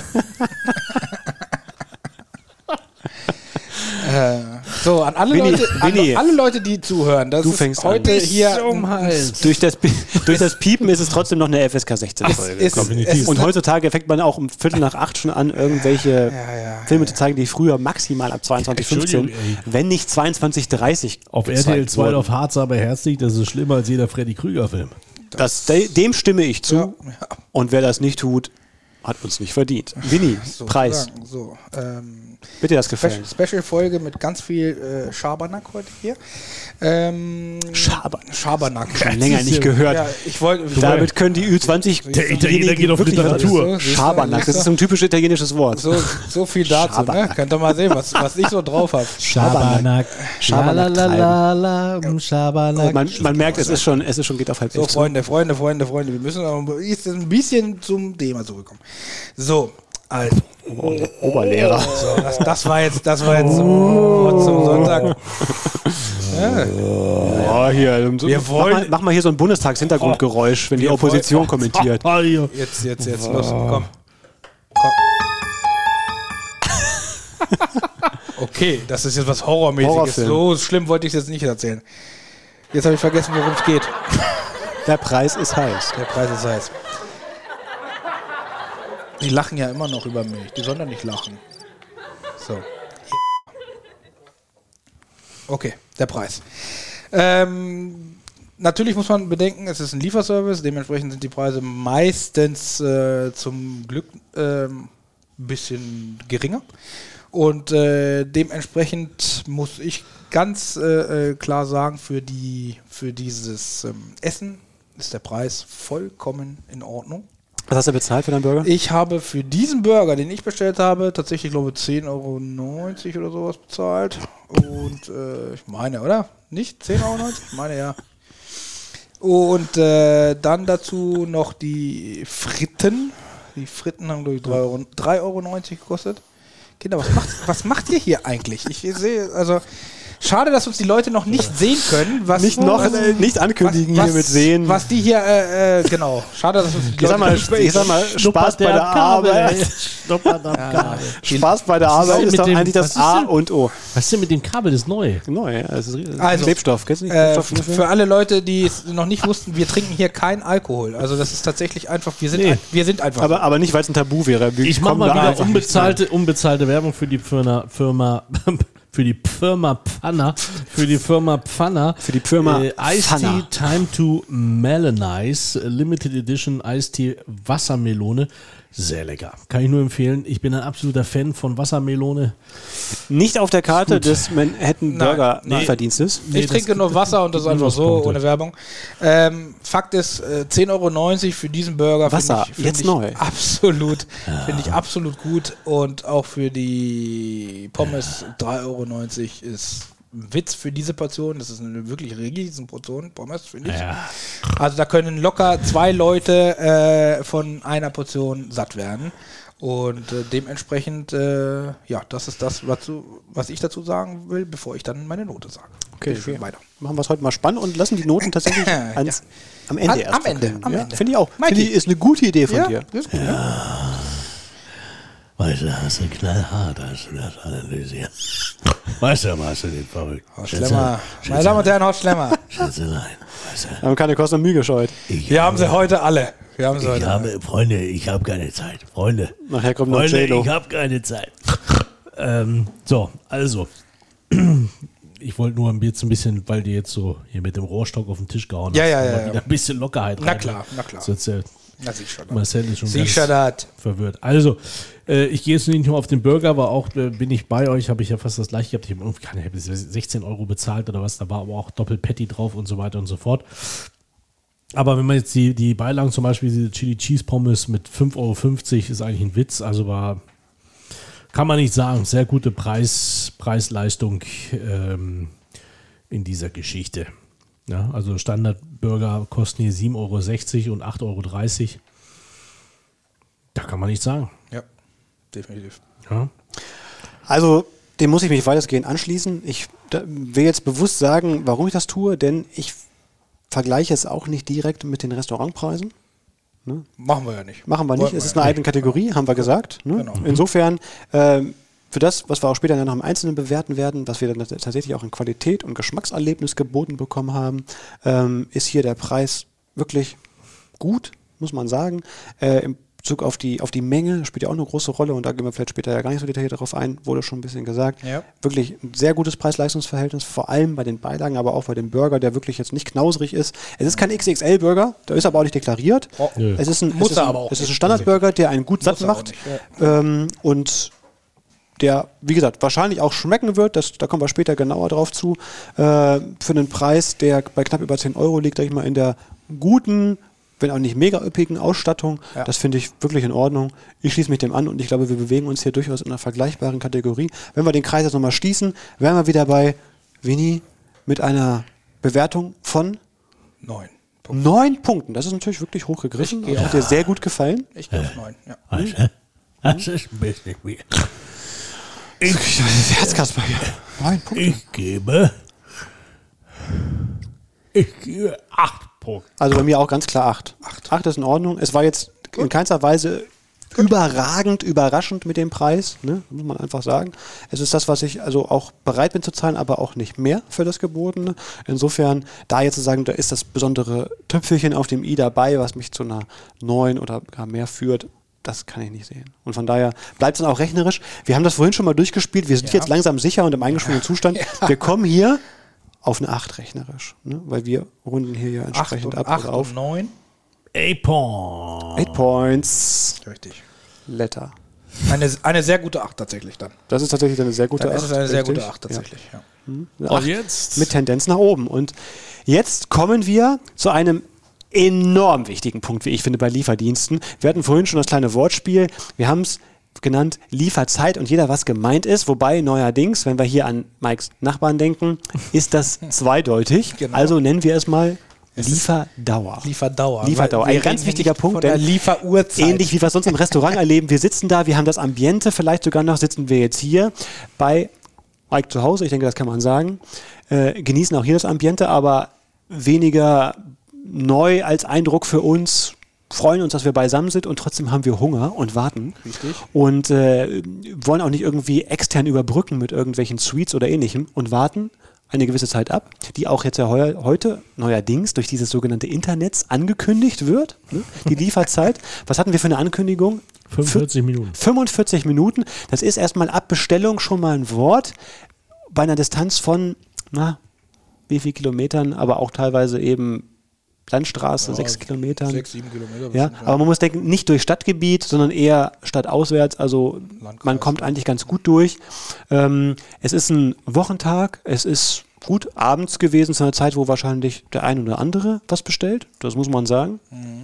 Äh, so, an alle, Winnie, Leute, an Winnie. alle Leute, die zuhören. Das Du ist fängst heute an. hier um Hals. Durch das, Pi- durch das Piepen ist es trotzdem noch eine F S K sechzehn-Folge. ist- Komm. es ist Und eine- heutzutage fängt man auch um Viertel nach acht schon an, irgendwelche ja, Filme zu zeigen, die früher maximal ab zweiundzwanzig fünfzehn, Entschuldigung, wenn nicht zweiundzwanzig dreißig Auf gezeigt R T L zwei wurden. auf Harz aber herzlich, das ist schlimmer als jeder Freddy Krüger-Film. Das, de, dem stimme ich zu. Ja, ja. Und wer das nicht tut, hat uns nicht verdient. Winnie, So, Preis. sagen. So, ähm, Bitte das Special, gefällt. Special-Folge mit ganz viel äh, Schabernack heute hier. Ähm, Schabernack. Schabernack. Schon länger nicht gehört. Ja, ich wollte. Damit können die Ü zwanzig Der Italiener geht auf wirklich Literatur. was- Schabernack, das ist so ein typisches italienisches Wort. So, so viel dazu, ne? Schabernack. Könnt ihr mal sehen, was, was ich so drauf habe. Schabernack. Schabernack La, la, la, la, Schabernack. Man, man merkt, es ist schon, es ist schon, geht auf halb So, elf zu. Freunde, Freunde, Freunde, Freunde, wir müssen auch jetzt ein bisschen zum Thema zurückkommen. So, also. Oberlehrer. So, das, das war jetzt, das war jetzt zum, Wort zum Sonntag. Ja, Oh, hier, so, Wir mach, wollen- mal, mach mal hier so ein Bundestagshintergrundgeräusch, wenn die Wir Opposition wollen- kommentiert. Ah, hier. jetzt, jetzt, jetzt, los, komm. Komm. Okay, das ist jetzt was Horrormäßiges. Horrorfilm. So schlimm wollte ich es jetzt nicht erzählen. Jetzt habe ich vergessen, worum es geht. Der Preis ist heiß. Der Preis ist heiß. Die lachen ja immer noch über mich. Die sollen doch nicht lachen. So. Okay, der Preis. Ähm, natürlich muss man bedenken, es ist ein Lieferservice. Dementsprechend sind die Preise meistens äh, zum Glück ein ähm, bisschen geringer. Und äh, dementsprechend muss ich ganz äh, äh, klar sagen, für, die, für dieses ähm, Essen ist der Preis vollkommen in Ordnung. Was hast du bezahlt für deinen Burger? Ich habe für diesen Burger, den ich bestellt habe, tatsächlich, glaube ich, zehn Euro neunzig oder sowas bezahlt. Und äh, ich meine, oder? Nicht zehn Euro neunzig? Ich meine, ja. Und äh, dann dazu noch die Fritten. Die Fritten haben, glaube ich, drei Euro neunzig gekostet. Kinder, was macht, was macht ihr hier eigentlich? Ich sehe, also, schade, dass uns die Leute noch nicht sehen können. Was, Nicht noch, was, äh, nicht ankündigen was, hier mit sehen. Was die hier, äh, äh, genau. Schade, dass uns die Ich Leute sag mal, nicht sp- ich sag mal Spaß Schnuppert bei der Arbeit. ey. Schnuppert am Kabel. Spaß bei der Was ist Arbeit denn ist mit doch dem- eigentlich was das ist A denn- und O. Was ist denn mit dem Kabel, das neue? Neu, ja. Das ist Also, Klebstoff. Kennst du nicht Äh, Klebstoff? f- für alle Leute, die es noch nicht wussten, wir trinken hier kein Alkohol. Also das ist tatsächlich einfach, wir sind, Nee. ein, wir sind einfach. aber, aber nicht, weil es ein Tabu wäre. Wir Ich mach kommen mal da wieder einfach nicht unbezahlte, unbezahlte Werbung für die Firma, Firma für die Firma Pfanner, für die Firma Pfanner. Für die Firma äh, Iced Pfanner. Tea Time to Melanize, Limited Edition Iced Tea Wassermelone. Sehr lecker. Kann ich nur empfehlen. Ich bin ein absoluter Fan von Wassermelone. Nicht auf der Karte des Manhattan Nein, Burger nee. Lieferdienstes. ich nee, trinke das- nur Wasser und das ist einfach so, Minuspunkte. ohne Werbung. Ähm, Fakt ist, äh, zehn Euro neunzig für diesen Burger. find Wasser, ich, find jetzt ich neu. Absolut, finde ich absolut gut. Und auch für die Pommes drei Euro neunzig ist ein Witz für diese Portion. Das ist eine wirklich riesen Portion Pommes, finde ich. Ja. Also da können locker zwei Leute äh, von einer Portion satt werden. Und äh, dementsprechend, äh, ja, das ist das, was, du, was ich dazu sagen will, bevor ich dann meine Note sage. Okay, Geht schön okay. weiter. Machen wir es heute mal spannend und lassen die Noten tatsächlich Ja. ans, am Ende An- erst am Ende, verkünden. am ja, Ende. Finde ich auch. Mikey. Finde ich, ist eine gute Idee von Ja, dir. das ist gut. Ja. Weißt du, hast du knallhart, hast du das analysiert. Weißt du, machst du den verrückt. Horst Schlemmer. Meine Damen und Herren, Horst Schlemmer. Schätzelein, weißt du. Wir haben keine Kosten und Mühe gescheut. Ich Wir haben sie heute alle. Wir haben sie Ich heute alle. habe, Freunde, ich habe keine Zeit. Freunde. Nachher kommt noch Freunde, J-Lo. ich habe keine Zeit. ähm, so, also. Ich wollte nur jetzt ein bisschen, weil die jetzt so hier mit dem Rohrstock auf den Tisch gehauen Ja, hast, ja, mal ja, wieder ja. ein bisschen Lockerheit Na rein. klar, na klar. Sonst, äh, Na, sieh schon. Marcel ist schon Sieh ganz schon das. verwirrt. Also, äh, ich gehe jetzt nicht nur auf den Burger, aber auch äh, bin ich bei euch, habe ich ja fast das gleiche gehabt. Ich habe irgendwie keine- ich hab sechzehn Euro bezahlt oder was, da war aber auch Doppel-Patty drauf und so weiter und so fort. Aber wenn man jetzt die, die Beilagen, zum Beispiel diese Chili Cheese Pommes mit fünf Euro fünfzig, ist eigentlich ein Witz. Also war, kann man nicht sagen, sehr gute Preis, Preis-Leistung ähm, in dieser Geschichte. Ja, also Standardburger kosten hier sieben Euro sechzig und acht Euro dreißig. Da kann man nichts sagen. Ja, definitiv. Ja. Also, dem muss ich mich weitestgehend anschließen. Ich da, will jetzt bewusst sagen, warum ich das tue, denn ich vergleiche es auch nicht direkt mit den Restaurantpreisen. Machen wir ja nicht. Machen wir nicht. Wollten Es wir ist ja eine eigene Kategorie, haben wir gesagt. Ne? Genau. Insofern, ähm, für das, was wir auch später noch im Einzelnen bewerten werden, was wir dann tatsächlich auch in Qualität und Geschmackserlebnis geboten bekommen haben, ähm, ist hier der Preis wirklich gut, muss man sagen. Äh, Im Bezug auf die, auf die Menge spielt ja auch eine große Rolle und da gehen wir vielleicht später ja gar nicht so detailliert darauf ein, wurde schon ein bisschen gesagt. Ja. Wirklich ein sehr gutes Preis-Leistungs-Verhältnis, vor allem bei den Beilagen, aber auch bei dem Burger, der wirklich jetzt nicht knauserig ist. Es ist kein X X L-Burger, der ist aber auch nicht deklariert. Oh. Nö. Es ist ein, Muss es ist er ein, aber auch es ist ein nicht. Standardburger, der einen gut satt er auch macht nicht, ähm, und der, wie gesagt, wahrscheinlich auch schmecken wird, das, da kommen wir später genauer drauf zu, äh, für einen Preis, der bei knapp über zehn Euro liegt, sag ich mal, in der guten, wenn auch nicht mega üppigen Ausstattung. Ja. Das finde ich wirklich in Ordnung. Ich schließe mich dem an und ich glaube, wir bewegen uns hier durchaus in einer vergleichbaren Kategorie. Wenn wir den Kreis jetzt nochmal schließen, wären wir wieder bei Winnie mit einer Bewertung von Neun. neun Punkten. Das ist natürlich wirklich hochgegriffen. Ich gehe Das hat dir sehr gut gefallen. Ich gehe auf neun. Ja. Weißt du? Das ist ein bisschen wie. Ich, das Herzkasper hier. Neun Punkte. Ich gebe. Ich gebe acht Punkte. Also bei mir auch ganz klar acht. acht ist in Ordnung. Es war jetzt in keinster Weise überragend, überraschend mit dem Preis, ne? Muss man einfach sagen. Es ist das, was ich also auch bereit bin zu zahlen, aber auch nicht mehr für das Gebotene. Insofern, da jetzt zu sagen, da ist das besondere Tüpfelchen auf dem i dabei, was mich zu einer neun oder gar mehr führt, das kann ich nicht sehen. Und von daher bleibt es dann auch rechnerisch. Wir haben das vorhin schon mal durchgespielt. Wir sind Ja. jetzt langsam sicher und im eingeschwungenen Zustand. Wir kommen hier auf eine acht rechnerisch, ne? Weil wir runden hier ja Acht entsprechend und, ab acht oder auf. und neun. Eight Point. Eight Points. Richtig. Letter. Eine, eine sehr gute acht tatsächlich dann. Das ist tatsächlich eine sehr gute Dann acht. ist es eine sehr richtig? gute acht tatsächlich. Ja. Ja. Eine Und acht jetzt? mit Tendenz nach oben. Und jetzt kommen wir zu einem enorm wichtigen Punkt, wie ich finde, bei Lieferdiensten. Wir hatten vorhin schon das kleine Wortspiel. Wir haben es genannt Lieferzeit und jeder, was gemeint ist. Wobei neuerdings, wenn wir hier an Mikes Nachbarn denken, ist das zweideutig. Genau. Also nennen wir es mal Es ist Lieferdauer. Lieferdauer. Lieferdauer. Weil wir Ein ganz reden wichtiger nicht Punkt, Von der denn Lieferuhrzeit. ähnlich wie wir es sonst im Restaurant erleben. Wir sitzen da, wir haben das Ambiente, vielleicht sogar noch sitzen wir jetzt hier bei Mike zu Hause, ich denke, das kann man sagen. Äh, genießen auch hier das Ambiente, aber weniger neu als Eindruck für uns. Freuen uns, dass wir beisammen sind und trotzdem haben wir Hunger und warten. Richtig. Und äh, wollen auch nicht irgendwie extern überbrücken mit irgendwelchen Suites oder ähnlichem und warten eine gewisse Zeit ab, die auch jetzt ja heu heute neuerdings durch dieses sogenannte Internet angekündigt wird, ne? Die Lieferzeit. Was hatten wir für eine Ankündigung? fünfundvierzig Minuten. fünfundvierzig Minuten. Das ist erstmal ab Bestellung schon mal ein Wort. Bei einer Distanz von, na, wie viel Kilometern, aber auch teilweise eben Landstraße, Ja, sechs Kilometern. Sechs, sieben Kilometer. Ja, bestimmt, aber man muss denken, nicht durch Stadtgebiet, sondern eher stadtauswärts. Also Landkreis. man kommt eigentlich ganz gut durch. Ähm, es ist ein Wochentag. Es ist gut abends gewesen, zu einer Zeit, wo wahrscheinlich der ein oder andere was bestellt. Das muss man sagen. Mhm.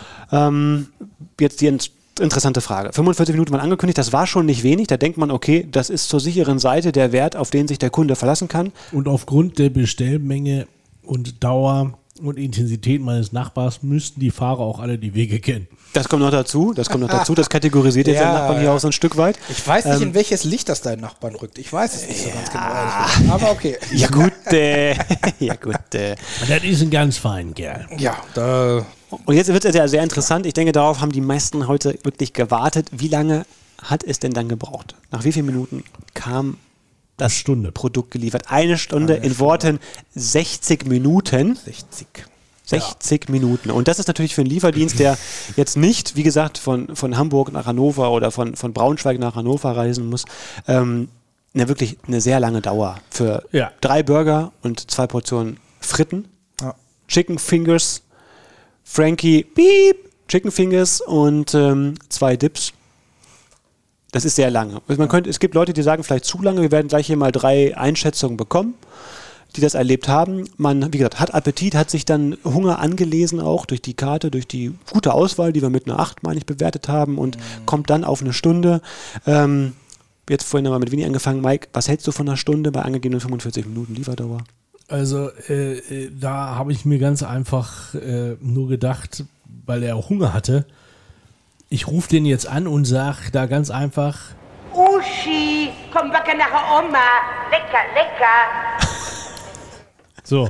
Ähm, jetzt die int- interessante Frage. fünfundvierzig Minuten waren angekündigt. Das war schon nicht wenig. Da denkt man, okay, das ist zur sicheren Seite der Wert, auf den sich der Kunde verlassen kann. Und aufgrund der Bestellmenge und Dauer und Intensität meines Nachbars müssten die Fahrer auch alle die Wege kennen. Das kommt noch dazu, das kommt noch dazu, das kategorisiert jetzt Ja. der Nachbarn hier auch so ein Stück weit. Ich weiß nicht, Ähm, in welches Licht das deinen Nachbarn rückt. Ich weiß es nicht so ganz genau. ehrlich gesagt. Aber okay. Ja gut, äh, ja gut. Äh. Das ist ein ganz feiner Kerl. Ja, da. Und jetzt wird es ja sehr interessant. Ich denke, darauf haben die meisten heute wirklich gewartet. Wie lange hat es denn dann gebraucht? Nach wie vielen Minuten kam das Stunde. Produkt geliefert? Eine Stunde, Eine in Worten sechzig Minuten. sechzig. sechzig Minuten. Und das ist natürlich für einen Lieferdienst, der jetzt nicht, wie gesagt, von, von Hamburg nach Hannover oder von, von Braunschweig nach Hannover reisen muss, ähm, eine wirklich eine sehr lange Dauer. Für Ja. drei Burger und zwei Portionen Fritten, Ja. Chicken Fingers, Frankie, Beep, Chicken Fingers und ähm, zwei Dips. Das ist sehr lange. Also man könnte, es gibt Leute, die sagen vielleicht zu lange. Wir werden gleich hier mal drei Einschätzungen bekommen, die das erlebt haben. Man, wie gesagt, hat Appetit, hat sich dann Hunger angelesen auch durch die Karte, durch die gute Auswahl, die wir mit einer acht, meine ich, bewertet haben und mhm. kommt dann auf eine Stunde. Ähm, jetzt vorhin haben wir mit Winnie angefangen. Mike, was hältst du von einer Stunde bei angegebenen fünfundvierzig Minuten Lieferdauer? Also äh, äh, da habe ich mir ganz einfach äh, nur gedacht, weil er auch Hunger hatte, ich rufe den jetzt an und sage da ganz einfach, Uschi, komm wacker nach Oma, lecker, lecker. so,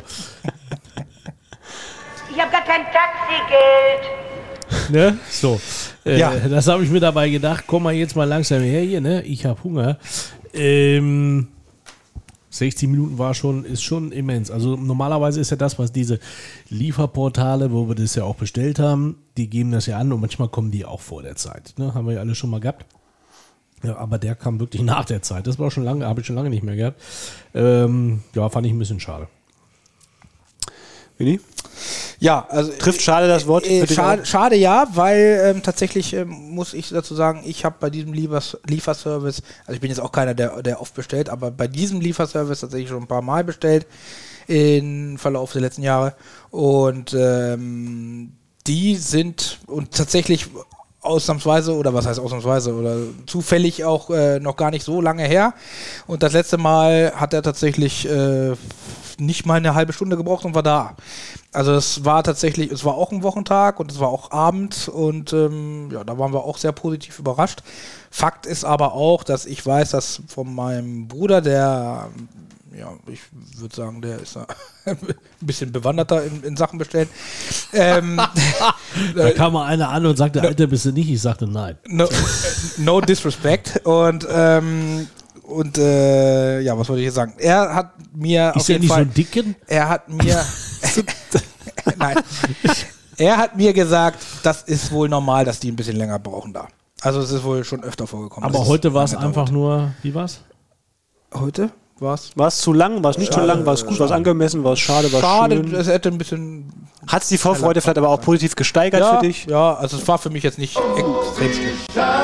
Ich hab gar kein Taxigeld. ne, so. Äh, Ja. Das habe ich mir dabei gedacht, komm mal jetzt mal langsam her hier, ne, ich habe Hunger. Ähm, sechzig Minuten war schon, ist schon immens. Also normalerweise ist ja das, was diese Lieferportale, wo wir das ja auch bestellt haben, die geben das ja an und manchmal kommen die auch vor der Zeit. Ne? Haben wir ja alle schon mal gehabt. Ja, aber der kam wirklich nach der Zeit. Das war schon lange, habe ich schon lange nicht mehr gehabt. Ähm, ja, fand ich ein bisschen schade. Winnie? Ja, also Trifft schade das Wort? Äh, für dich schade, auch? schade ja, weil ähm, tatsächlich ähm, muss ich dazu sagen, ich habe bei diesem Liefers Lieferservice, also ich bin jetzt auch keiner, der, der oft bestellt, aber bei diesem Lieferservice tatsächlich schon ein paar Mal bestellt im Verlauf der letzten Jahre und ähm, die sind und tatsächlich ausnahmsweise, oder was heißt ausnahmsweise, oder zufällig auch äh, noch gar nicht so lange her. Und das letzte Mal hat er tatsächlich äh, nicht mal eine halbe Stunde gebraucht und war da. Also es war tatsächlich, es war auch ein Wochentag und es war auch Abend und ähm, ja, da waren wir auch sehr positiv überrascht. Fakt ist aber auch, dass ich weiß, dass von meinem Bruder, der ja, ich würde sagen, der ist ein bisschen bewanderter in, in Sachen bestellen. Ähm, Da kam mal einer an und sagte, Alter, bist du nicht? Ich sagte, nein. no, no disrespect. Und, ähm, und äh, ja, was wollte ich jetzt sagen? Er hat mir Ist auf der jeden nicht Fall... so dicken? Er hat mir... Nein. Er hat mir gesagt, das ist wohl normal, dass die ein bisschen länger brauchen da. Also es ist wohl schon öfter vorgekommen. Aber dass heute war es lange einfach dauert. nur, wie war's? Heute war es... War es zu lang? War es nicht zu lang? War es gut? War es angemessen? War es schade? War es Schade, schön? es hätte ein bisschen... Hat es die Vorfreude vielleicht aber auch positiv gesteigert Ja, für dich? ja, also es war für mich jetzt nicht extrem schlimm.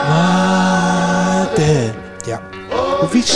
Schade. Ja. Oh, wie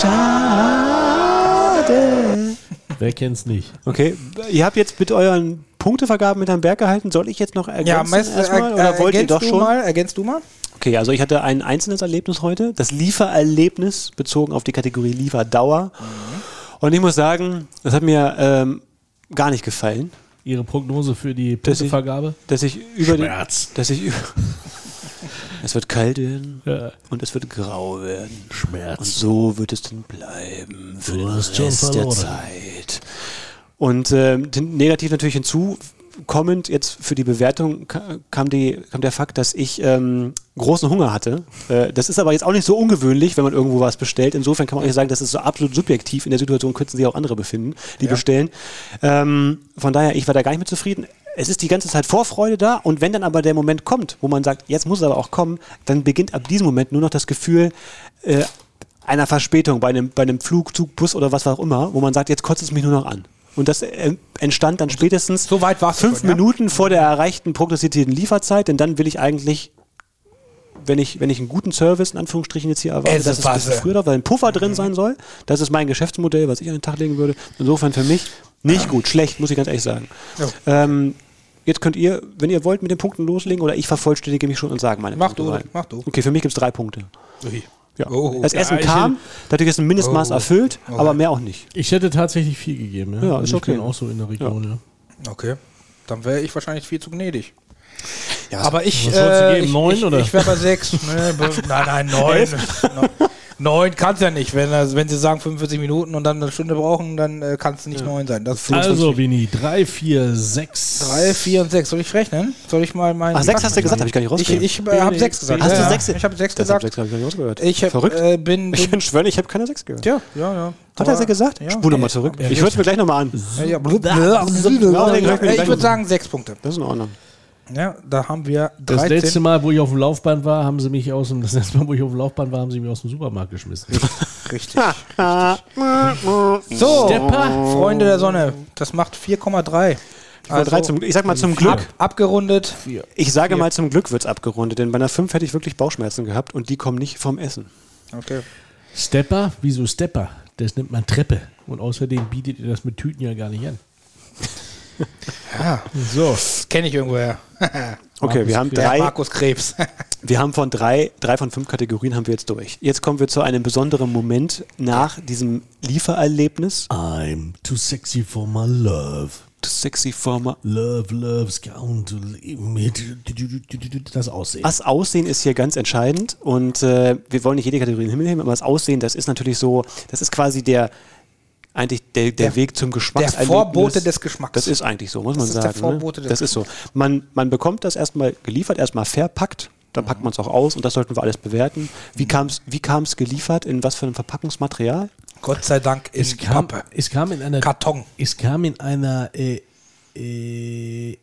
schade. Wer kennt's nicht? Okay, ihr habt jetzt mit euren Punktevergaben mit Herrn Berg gehalten. Soll ich jetzt noch ergänzen Ja, Meister, erstmal? äh, Oder wollt ihr ergänzt doch du schon? Mal, ergänzt du mal? Okay, also ich hatte ein einzelnes Erlebnis heute. Das Liefererlebnis bezogen auf die Kategorie Lieferdauer. Und ich muss sagen, das hat mir ähm, gar nicht gefallen. Ihre Prognose für die Dass ich- Punktevergabe? Dass ich über den, Schmerz. dass ich über es wird kalt werden Ja. und es wird grau werden. Und Schmerz. so wird es dann bleiben für Du den hast schon Rest der verloren. Zeit. Und ähm, den- negativ natürlich hinzu, kommend jetzt für die Bewertung ka- kam, die, kam der Fakt, dass ich ähm, großen Hunger hatte. Äh, das ist aber jetzt auch nicht so ungewöhnlich, wenn man irgendwo was bestellt. Insofern kann man auch nicht sagen, das ist so absolut subjektiv. In der Situation könnten sich auch andere befinden, die bestellen. Ähm, von daher, ich war da gar nicht mit zufrieden. Es ist die ganze Zeit Vorfreude da und wenn dann aber der Moment kommt, wo man sagt, jetzt muss es aber auch kommen, dann beginnt ab diesem Moment nur noch das Gefühl äh, einer Verspätung bei einem, bei einem Flug, Zug, Bus oder was auch immer, wo man sagt, jetzt kotzt es mich nur noch an. Und das äh, entstand dann spätestens so weit war's fünf schon, ja? Minuten vor der erreichten prognostizierten Lieferzeit, denn dann will ich eigentlich, wenn ich, wenn ich einen guten Service in Anführungsstrichen jetzt hier erwarte, Esse dass es ein bisschen Passe. früher da, weil ein Puffer drin sein soll. Das ist mein Geschäftsmodell, was ich an den Tag legen würde. Insofern für mich nicht gut, schlecht, muss ich ganz ehrlich sagen. Ähm, jetzt könnt ihr, wenn ihr wollt, mit den Punkten loslegen oder ich vervollständige mich schon und sage meine Mach Punkte du, rein. mach du. Okay, für mich gibt es drei Punkte. Ja. Oh. Das Essen Ja, ich kam, dadurch ist ein Mindestmaß Oh. erfüllt, aber mehr auch nicht. Ich hätte tatsächlich vier gegeben. Ja, Ja, Also ist ich okay. bin auch so in der Region. Ja. Okay, dann wäre ich wahrscheinlich viel zu gnädig. Ja, was- Aber ich, was soll's äh, geben? ich, Neun, ich, oder? ich wäre bei sechs. Ne, be- nein, nein, neun. Neun kann's ja nicht. Wenn, das- wenn sie sagen fünfundvierzig Minuten und dann eine Stunde brauchen, dann äh, kann es nicht neun sein. Das ist Also, Winnie, drei, vier, sechs. drei, vier und sechs. Soll ich rechnen? Soll ich mal meinen. Ach, sechs hast du gesagt, habe ich gar nicht Ich, rausgehört. ich äh, habe sechs gesagt. Hast du Ja, sechs? Ich habe sechs Das habe gesagt. ich gar nicht rausgehört. Ich hab, Verrückt. äh, bin. Ich bin kann schwören, ich habe keine sechs gehört. ja, ja, ja. Hat er sie gesagt? Ja. Spul nochmal zurück. Ja, Ich höre es mir gleich nochmal an. Ja, ja. Ja, Ich würde sagen sechs Punkte. Das ist in Ordnung. Ja, da haben wir Das dreizehn. letzte Mal, wo ich auf dem Laufband war, haben sie mich aus dem, das letzte Mal, wo ich auf dem Laufband war, haben sie mich aus dem Supermarkt geschmissen. Richtig. So, Stepper. Freunde der Sonne, das macht vier Komma drei. Also, drei zum, ich sag mal zum Glück. ab, abgerundet. Ich sage mal zum Glück wird es abgerundet, denn bei einer fünf hätte ich wirklich Bauchschmerzen gehabt und die kommen nicht vom Essen. Okay. Stepper? Wieso Stepper? Das nimmt man Treppe. Und außerdem bietet ihr das mit Tüten ja gar nicht an. Ja, So. das kenne ich irgendwoher. Okay, wir haben Der drei, Markus Krebs. wir haben von drei, drei von fünf Kategorien haben wir jetzt durch. Jetzt kommen wir zu einem besonderen Moment nach diesem Liefererlebnis. I'm too sexy for my love. Sexy Firma. Love, love's going to leave me. Das Aussehen. Das Aussehen ist hier ganz entscheidend und äh, wir wollen nicht jede Kategorie in den Himmel heben, aber das Aussehen, das ist natürlich so, das ist quasi der eigentlich der, der, Der- Weg zum Der Geschmackserlebnis. Vorbote des Geschmacks. Das ist eigentlich so, muss man Das ist sagen. der Vorbote ne? des Das ist so. Man, man bekommt das erstmal geliefert, erstmal verpackt, dann packt man es auch aus und das sollten wir alles bewerten. Wie kam es wie kam's geliefert, in was für einem Verpackungsmaterial? Gott sei Dank in Es kam, Pappe. es kam in einer Karton. Es kam in einer äh, äh,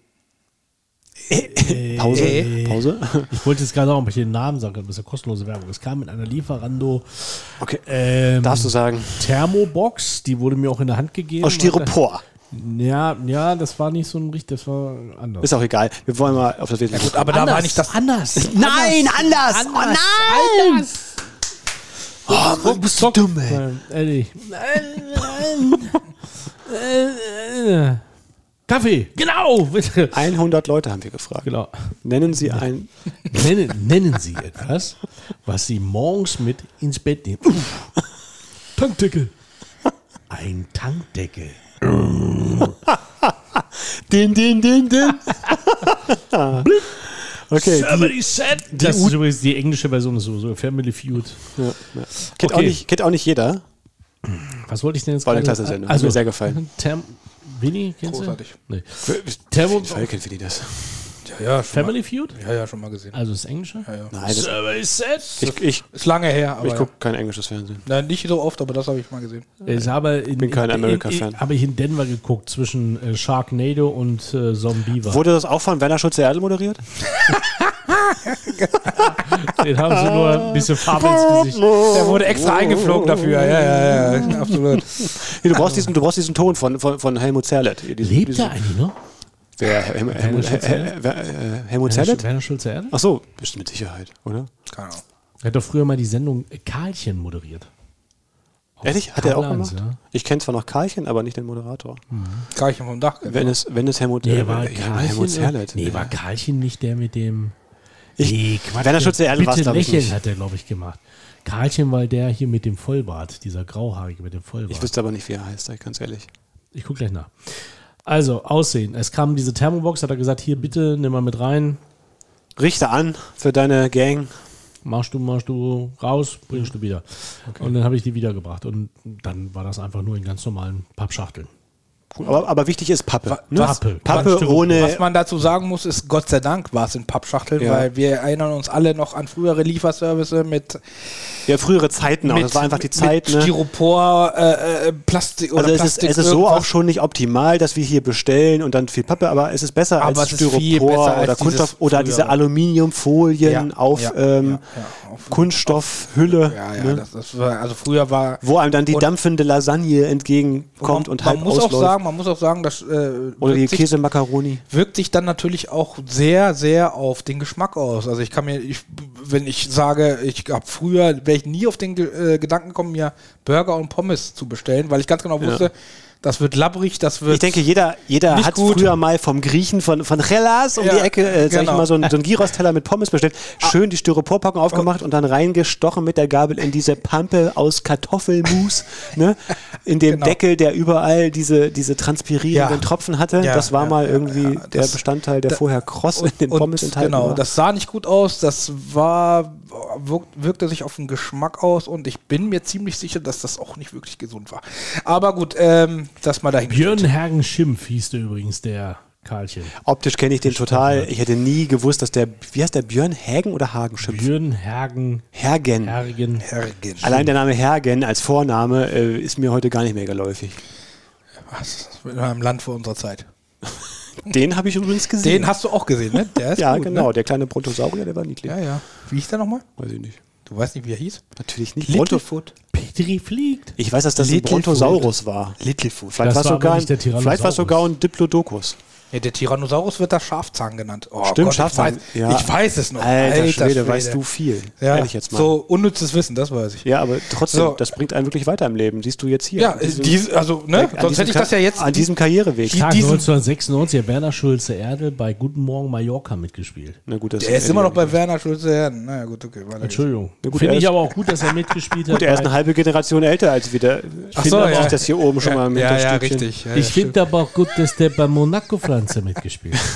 Pause? Äh. Pause? ich wollte jetzt gerade auch, ob ich den Namen sagen kann, das ist ja kostenlose Werbung. Es kam in einer Lieferando Okay. ähm, Darfst du sagen? Thermobox, die wurde mir auch in der Hand gegeben. Aus Styropor. Ja, ja, das war nicht so ein richtig, das war anders. Ist auch egal. Wir wollen mal auf das Wesentliche. Gut, aber da war nicht das. anders. Nein, anders! Oh nein! Oh, Mann, bist du dumm, ey. Nein, ehrlich. Nein, nein. Äh, äh, Kaffee, genau. bitte. hundert Leute haben wir gefragt. Genau. Nennen Sie ein. Nennen, nennen Sie etwas, was Sie morgens mit ins Bett nehmen. Uff. Tankdeckel. Ein Tankdeckel. Din, din, din, din. Okay. Somebody said. Das ist übrigens die englische Version, ist so, so Family Feud. Ja, ja. Kennt, auch Okay. nicht, kennt auch nicht jeder. Was wollte ich denn jetzt War eine gerade- klasse Sendung. Also, Hat mir sehr gefallen. Therm Winnie, kennst Großartig. du? Nee. Thermo Fall kennt Willi das. Ja, ja, schon Family Feud? mal, ja, ja, schon mal gesehen. Also das Englische? Ja, ja. Nein, das, Somebody said. ich, ich, Ist lange her, aber ich ja. gucke kein englisches Fernsehen. Nein, nicht so oft, aber das habe ich mal gesehen. Ich habe in, bin kein in- America-Fan. in- Habe ich in Denver geguckt zwischen äh, Sharknado und äh, Zombie. Wurde das auch von Werner Schulze-Erdl moderiert? Den haben sie nur ein bisschen Farbe ins Gesicht. Der wurde extra eingeflogen dafür. Ja, ja, ja, absolut. Nee, du, brauchst diesen, du brauchst diesen Ton von, von, von Helmut Zerlett. Diesen, Lebt diesen, er eigentlich noch? Wer? Helm, Helmut, Schulze-Erdl? Hel- Hel- äh, Helmut Zerlett? Werner Schulze-Erdl? Ach so, bist du mit Sicherheit, oder? Keine Ahnung. Er hat doch früher mal die Sendung Karlchen moderiert. Auf Ehrlich? Hat er auch Kabel eins, gemacht? ja. Ich kenne zwar noch Karlchen, aber nicht den Moderator. Karlchen vom Dach. Genau. Wenn es, wenn es Helmut, Nee, äh, war ja, Karlchen, Helmut Zerlett. nee, war Karlchen nicht der mit dem... Ich- nee, Quatsch. Werner Schulze-Erdl war's, Bitte glaub ich, lächeln nicht. hat er, glaube ich, gemacht. Karlchen war der hier mit dem Vollbart, dieser Grauhaarige mit dem Vollbart. Ich wüsste aber nicht, wie er heißt, sag ich ganz ehrlich. Ich gucke gleich nach. Also, Aussehen. Es kam diese Thermobox, hat er gesagt, hier bitte, nimm mal mit rein. Richte an für deine Gang. Machst du, machst du raus, bringst du wieder. Und dann habe ich die wiedergebracht. Und dann war das einfach nur in ganz normalen Pappschachteln. Aber, aber wichtig ist Pappe. Ne? was- Pappe, Pappe, Was ohne. man dazu sagen muss, ist, Gott sei Dank war es in Pappschachteln, Ja. weil wir erinnern uns alle noch an frühere Lieferservice mit, Ja, frühere Zeiten auch. mit, Das war einfach die mit Zeit. Ne? Styropor, äh, äh, Plastik oder Also es ist, Plastik. es ist so irgendwas. auch schon nicht optimal, dass wir hier bestellen und dann viel Pappe, aber es ist besser Aber als es ist viel Styropor besser als oder Kunststoff dieses oder frühere. diese Aluminiumfolien Ja, auf ja, ähm, ja, ja, auf- Kunststoffhülle, Ja, ja, ne? das, das war, also früher war. wo einem dann die Und- dampfende Lasagne entgegenkommt man, und halb man muss auch ausläuft. sagen, man muss auch sagen, dass äh, Oder die wirkt sich- Käsemakaroni. wirkt sich dann natürlich auch sehr, sehr auf den Geschmack aus. Also ich kann mir, ich, wenn ich sage, ich habe früher, wäre ich nie auf den Ge- äh, Gedanken gekommen, mir Burger und Pommes zu bestellen, weil ich ganz genau wusste, Das wird labbrig, das wird... Ich denke, jeder, jeder nicht hat gut. früher mal vom Griechen von, von Hellas um Ja, die Ecke, äh, sag genau. ich mal, so einen, so einen Gyros-Teller mit Pommes bestellt. Schön die Styroporpackung aufgemacht und dann reingestochen mit der Gabel in diese Pampe aus Kartoffelmus, ne? In dem Genau. Deckel, der überall diese, diese transpirierenden Ja. Tropfen hatte. Ja, das war ja, mal ja, irgendwie ja, der das- Bestandteil, der da- vorher kross in den Und Pommes enthalten genau, war. das sah nicht gut aus, das war, wirk, wirkte sich auf den Geschmack aus und ich bin mir ziemlich sicher, dass das auch nicht wirklich gesund war. Aber gut, ähm, das mal dahin. Björn Hergen Schimpf hieß der übrigens, der Karlchen. Optisch kenne ich den total. Ich hätte nie gewusst, dass der, wie heißt der, Björn Hagen oder Hagen schimpft? Björn Hergen Hergen. Hergen. Hergen. Allein der Name Hergen als Vorname äh, ist mir heute gar nicht mehr geläufig. Was? In einem Land vor unserer Zeit. Den habe ich übrigens gesehen. Den hast du auch gesehen, ne? Der ist ja, gut, genau. Ne? Der kleine Brontosaurier, der war niedlich. Ja, ja. Wie hieß der nochmal? Weiß ich nicht. Du weißt nicht, wie er hieß? Natürlich nicht. Littlefoot. Petri fliegt. Ich weiß, dass das ein Littlefoot. Brontosaurus war. Littlefoot. Vielleicht Das war war sogar aber ein, nicht der vielleicht war Tyrannosaurus. sogar ein Diplodocus. Ja, der Tyrannosaurus wird da Schafzahn genannt. Oh Stimmt, Gott, Schafzahn. Ich weiß, Ja. ich weiß es noch. Alter, Schwede, weißt du viel. Ja, Ehrlich jetzt mal. so unnützes Wissen, das weiß ich. Ja, aber trotzdem, So. das bringt einen wirklich weiter im Leben. Siehst du jetzt hier. Ja, An diesem- dies, also, ne? an Sonst diesem hätte ich das ja jetzt. An diesem Karriereweg. Tag diesen- neunzehnhundertsechsundneunzig, Werner Schulze-Erdel bei Guten Morgen Mallorca mitgespielt. Na gut, das Der ist immer noch bei Werner Schulze-Herden. Naja, gut, okay. Weiter geht's. Entschuldigung. gut, Finde er ich ist- aber auch gut, dass er mitgespielt hat. Gut, er ist bei- eine halbe Generation älter als wir. Der- Ich Ach finde so, aber ja. auch das hier oben schon mal im Ja, ja, Hinterstübchen. richtig. Ja, ich ja, finde aber auch gut, dass der bei Monaco Franze mitgespielt hat.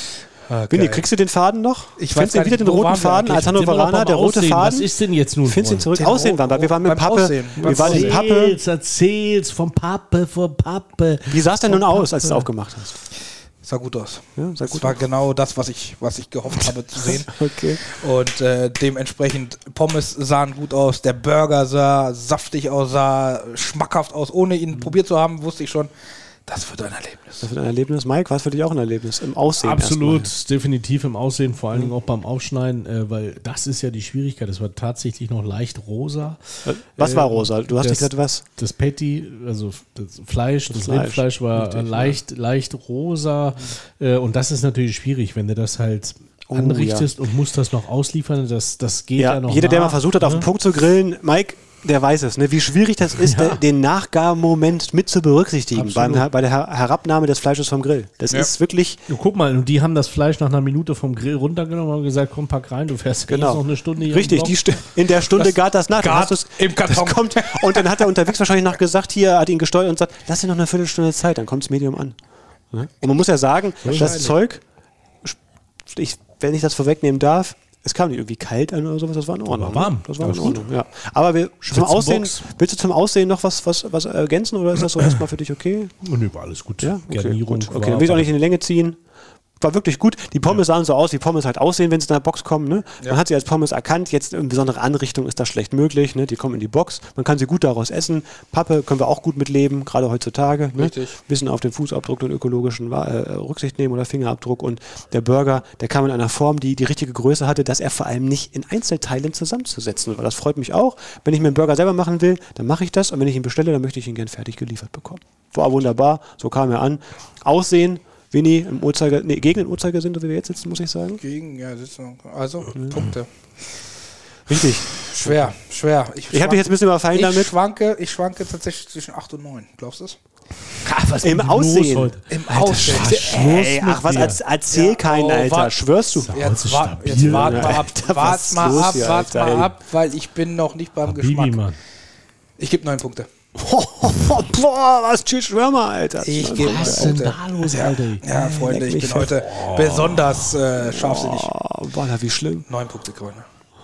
Ah, Winnie, geil. kriegst du den Faden noch? Ich Findest weiß du gar wieder nicht, den wo roten waren wir Faden eigentlich? als Sind wir noch Hannoveraner? beim Der rote Aussehen. Faden? Was ist denn jetzt nun? Findest du ihn zurück? Den Aussehen Ro- waren wir. Wir waren mit beim Pappe. Aussehen. Wir Beim waren in Aussehen. Pappe. Erzähl's, erzähl's vom Pappe, vom Pappe. Wie sah es denn nun aus, als du es aufgemacht hast? Sah gut aus. Ja, sah Das gut war aus. genau das, was ich, was ich gehofft habe zu sehen. Okay. Und äh, dementsprechend, Pommes sahen gut aus, der Burger sah saftig aus, sah schmackhaft aus. Ohne ihn probiert zu haben, wusste ich schon, das wird ein Erlebnis. Das wird ein Erlebnis. Mike, war es für dich auch ein Erlebnis? Im Aussehen Absolut, definitiv im Aussehen, vor allen Dingen auch beim Aufschneiden, äh, weil das ist ja die Schwierigkeit. Es war tatsächlich noch leicht rosa. erstmal. Was war rosa? Du hast das- nicht gesagt, was? Das Patty, also das Fleisch, das, Fleisch, Rindfleisch war richtig, äh, leicht, leicht rosa. Äh, und das ist natürlich schwierig, wenn du das halt Oh, anrichtest und musst das noch ausliefern. Das, das geht ja, Ja, noch. jeder, der nach, mal versucht hat, auf den ne? Punkt zu grillen, Mike, der weiß es, ne? Wie schwierig das ist, Ja. de- den Nachgarmoment mit zu berücksichtigen beim, Absolut. bei der Her Herabnahme des Fleisches vom Grill. Das Ja. ist wirklich, Du, guck mal, und die haben das Fleisch nach einer Minute vom Grill runtergenommen und haben gesagt, komm, pack rein, du fährst genau. jetzt noch eine Stunde hier. Richtig, im die Block. Stu in der Stunde Das gart das nach. Dann gart hast du's- im Karton. Das kommt, und dann hat er unterwegs wahrscheinlich noch gesagt, hier, hat ihn gesteuert und sagt, lass dir noch eine Viertelstunde Zeit, dann kommt es Medium an. Ja? Und man muss ja sagen, das Zeug, ich, wenn ich das vorwegnehmen darf, es kam nicht irgendwie kalt an oder sowas, das war in Ordnung. war warm. Ne? Das war Das in war gut. Ordnung, ja. Aber wir, zum Spitzenbox. Aussehen, willst du zum Aussehen noch was, was, was ergänzen oder ist das so erstmal für dich okay? Nö, war alles gut. Ja, okay, Garnierung gut. war- Okay, dann will ich auch nicht in die Länge ziehen. War wirklich gut. Die Pommes sahen so aus, wie Pommes halt aussehen, wenn sie in der Box kommen. Ne? Man hat sie als Pommes erkannt. Jetzt in besonderer Anrichtung ist das schlecht möglich. Ne? Die kommen in die Box. Man kann sie gut daraus essen. Pappe können wir auch gut mitleben, gerade heutzutage. Ne? Richtig. Bisschen auf den Fußabdruck und ökologischen äh, Rücksicht nehmen oder Fingerabdruck. Und der Burger, der kam in einer Form, die die richtige Größe hatte, dass er vor allem nicht in Einzelteilen zusammenzusetzen war. Das freut mich auch. Wenn ich mir einen Burger selber machen will, dann mache ich das. Und wenn ich ihn bestelle, dann möchte ich ihn gern fertig geliefert bekommen. War wunderbar. So kam er an. Aussehen. Winnie im Uhrzeiger, nee, gegen den Uhrzeigersinn, wie wir jetzt sitzen, muss ich sagen. Gegen, ja, sitzen. Also, Punkte. Richtig. Schwer, schwer. Ich habe dich jetzt ein bisschen überfallen ich damit. schwanke, ich schwanke tatsächlich zwischen acht und neun. Glaubst du es? was ist Im denn Aussehen. los heute? Im Aussehen. Ey, ach was, dir. erz- erzähl Ja, keinen, oh, Alter. wart- Schwörst du? Jetzt, ist wa stabil, jetzt wart mal ab, Alter, was wart ist mal los ab, hier, wart Alter, mal ey? ab, weil ich bin noch nicht beim Bibi, Geschmack. Mann. Ich gebe neun Punkte. Boah, was, Chill, schwör mal, Alter. Ich gebe neun Was ist denn Punkte. da los, Alter? Ja, Freunde, ich leck bin mich heute besonders äh, scharfsinnig. Oh, boah, wie schlimm. Neun Punkte, Freunde.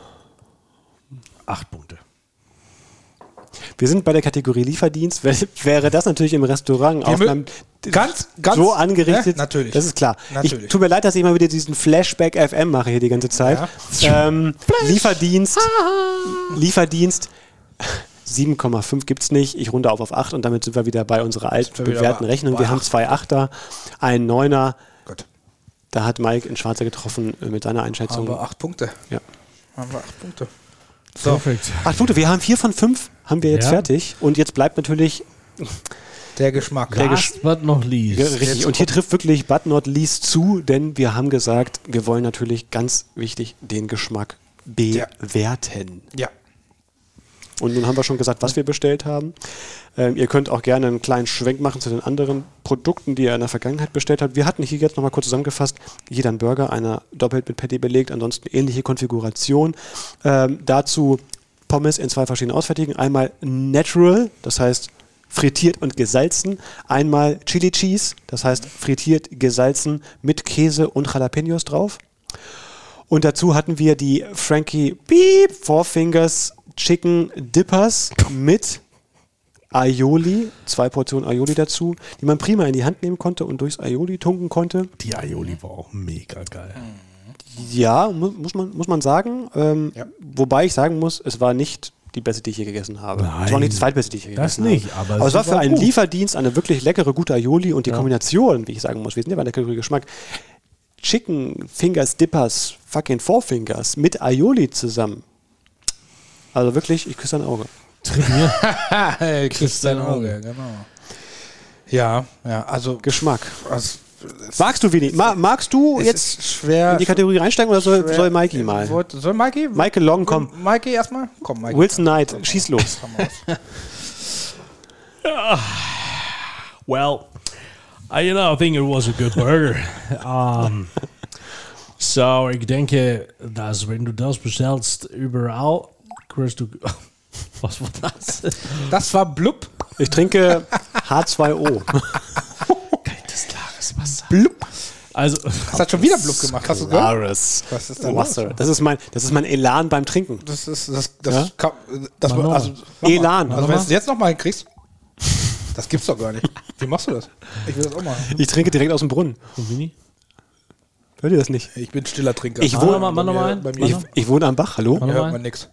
Acht Punkte. Wir sind bei der Kategorie Lieferdienst. Wär- Wäre das natürlich im Restaurant Wir auf mü- einem ganz, ganz, so angerichtet. ne? Natürlich. Das ist klar. Natürlich. Ich, tut mir leid, dass ich immer wieder diesen Flashback F M mache hier die ganze Zeit. Ähm, Lieferdienst. Lieferdienst. sieben Komma fünf gibt es nicht. Ich runde auf auf acht und damit sind wir wieder bei unserer alten wir wieder bewährten bei- Rechnung. bei Wir haben acht. zwei Achter, einen Neuner. Gut. Da hat Mike in Schwarzer getroffen äh, mit seiner Haben Einschätzung. wir acht Punkte. Ja. Haben wir acht Punkte. So, Perfekt. Acht Punkte. Wir haben vier von fünf. Haben wir jetzt Ja. fertig. Und jetzt bleibt natürlich der Geschmack. Last but not least. Ja, richtig. Und hier trifft wirklich but not least zu, denn wir haben gesagt, wir wollen natürlich ganz wichtig den Geschmack bewerten. Ja. Und nun haben wir schon gesagt, was wir bestellt haben. Ähm, ihr könnt auch gerne einen kleinen Schwenk machen zu den anderen Produkten, die ihr in der Vergangenheit bestellt habt. Wir hatten hier jetzt nochmal kurz zusammengefasst, jeder ein Burger, einer doppelt mit Patty belegt, ansonsten ähnliche Konfiguration. Ähm, dazu Pommes in zwei verschiedenen Ausfertigungen. Einmal Natural, das heißt frittiert und gesalzen. Einmal Chili Cheese, das heißt frittiert, gesalzen mit Käse und Jalapenos drauf. Und dazu hatten wir die Frankie Beep Four Fingers Chicken Dippers mit Aioli, zwei Portionen Aioli dazu, die man prima in die Hand nehmen konnte und durchs Aioli tunken konnte. Die Aioli war auch mega geil. Ja, mu muss, man, muss man sagen. Ähm, Ja. Wobei ich sagen muss, es war nicht die beste, die ich je gegessen habe. Nein, es war nicht die zweitbeste, die ich je das gegessen nicht, habe. aber aber es es war für war einen gut. Lieferdienst eine wirklich leckere, gute Aioli und die Kombination, wie ich sagen muss, wir sind ja bei der Kategorie Geschmack, Chicken Fingers Dippers fucking Four Fingers mit Aioli zusammen. Also wirklich, ich küsse dein Auge. Hey, küsst dein Auge, genau. Ja, ja, also, Geschmack. also es Magst du wenig? Ma magst du es jetzt ist schwer. in die Kategorie reinsteigen oder soll, schwer- soll Mikey mal? Wollt- Soll Mikey? Michael Long, komm. Mikey erstmal? Komm, Mikey. Wilson Knight, schieß los. Komm aus. Well, I, you know, I think it was a good burger. um, so, ich denke, dass wenn du das bestellst, überall kriegst du... Was war das? Das war Blub. Ich trinke H zwei O. Kaltes, klares Wasser. Blub. Also, Das hat schon wieder Blub gemacht. Hast du gehört? Klares Was ist da Wasser. los? Das ist mein, das ist mein Elan beim Trinken. Das ist, das, das, Ja? kann, das Mach war, noch also, mal. mach mal. Elan. Also, Mach wenn mal. du es jetzt nochmal hinkriegst, das gibt's doch gar nicht. Wie machst du das? Ich will das auch machen. Ich trinke direkt aus dem Brunnen. und Vini? Hört ihr das nicht? Ich bin stiller Trinker. Ich Mach wohne- noch mal, mach noch mal. Bei Mach mir, Ich, noch. ich wohne am Bach, hallo? Mach hier noch hört mal. man nix.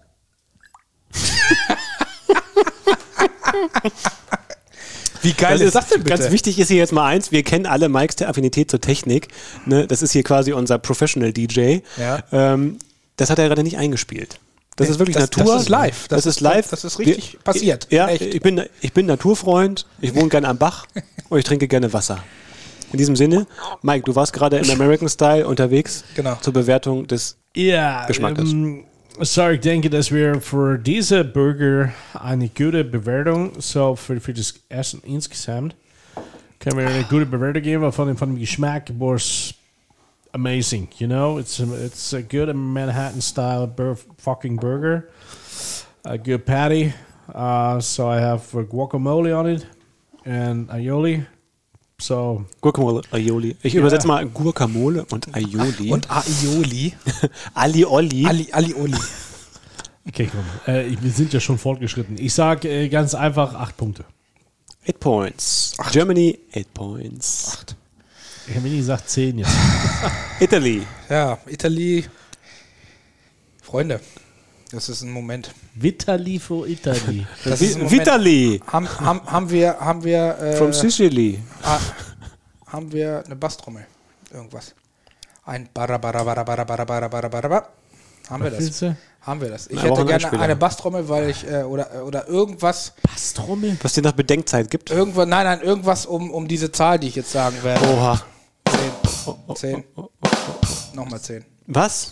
Wie geil ist das denn bitte? Ganz wichtig ist hier jetzt mal eins, wir kennen alle Mikes der Affinität zur Technik. Ne? Das ist hier quasi unser Professional D J. Ja. Ähm, das hat er gerade nicht eingespielt. Das ist wirklich das, Natur. Das ist live. Das, ist live. Das ist richtig Wir- passiert. Ja, Echt. ich bin, ich bin Naturfreund, ich wohne gerne am Bach und ich trinke gerne Wasser. In diesem Sinne, Mike, du warst gerade im American Style unterwegs Genau. zur Bewertung des Ja, Geschmack ist. ähm, so, ich denke, dass wir für diese Burger eine gute Bewertung, so für, für das Essen insgesamt, können wir eine gute Bewertung geben, von dem, von dem Geschmack was amazing, you know? It's a, it's a good Manhattan-style bur fucking burger, a good patty, uh, so I have uh, guacamole on it, and aioli, so... Guacamole, Aioli. Ich übersetze mal Guacamole und Aioli. Und Aioli. Ali Olli. Ali, Ali Oli. Okay, komm. Äh, ich- wir sind ja schon fortgeschritten. Ich sage äh, ganz einfach acht Punkte. Eight points. Germany, eight points. Ich habe nie gesagt zehn jetzt. Italy. Ja, Italy. Freunde, das ist ein Moment. Vitali for Italy. Das ist ein Moment. Vitali. Haben, haben, haben wir, haben wir, äh, From Sicily. ah, haben wir eine Basstrommel? Irgendwas. Ein Barra, Barra, Barra, Barra, Barra, Barra, Barra, Barra, Barra. Haben wir Was das? willst du? Haben wir das? Ich Na, hätte aber auch ein gerne Einspieler. eine Basstrommel, weil ich, äh, oder, oder irgendwas, Basstrommel? Was dir nach Bedenkzeit gibt. irgendwas, nein, nein, irgendwas um, um diese Zahl, die ich jetzt sagen werde. Oha. Zehn. Zehn. Nochmal zehn. Was?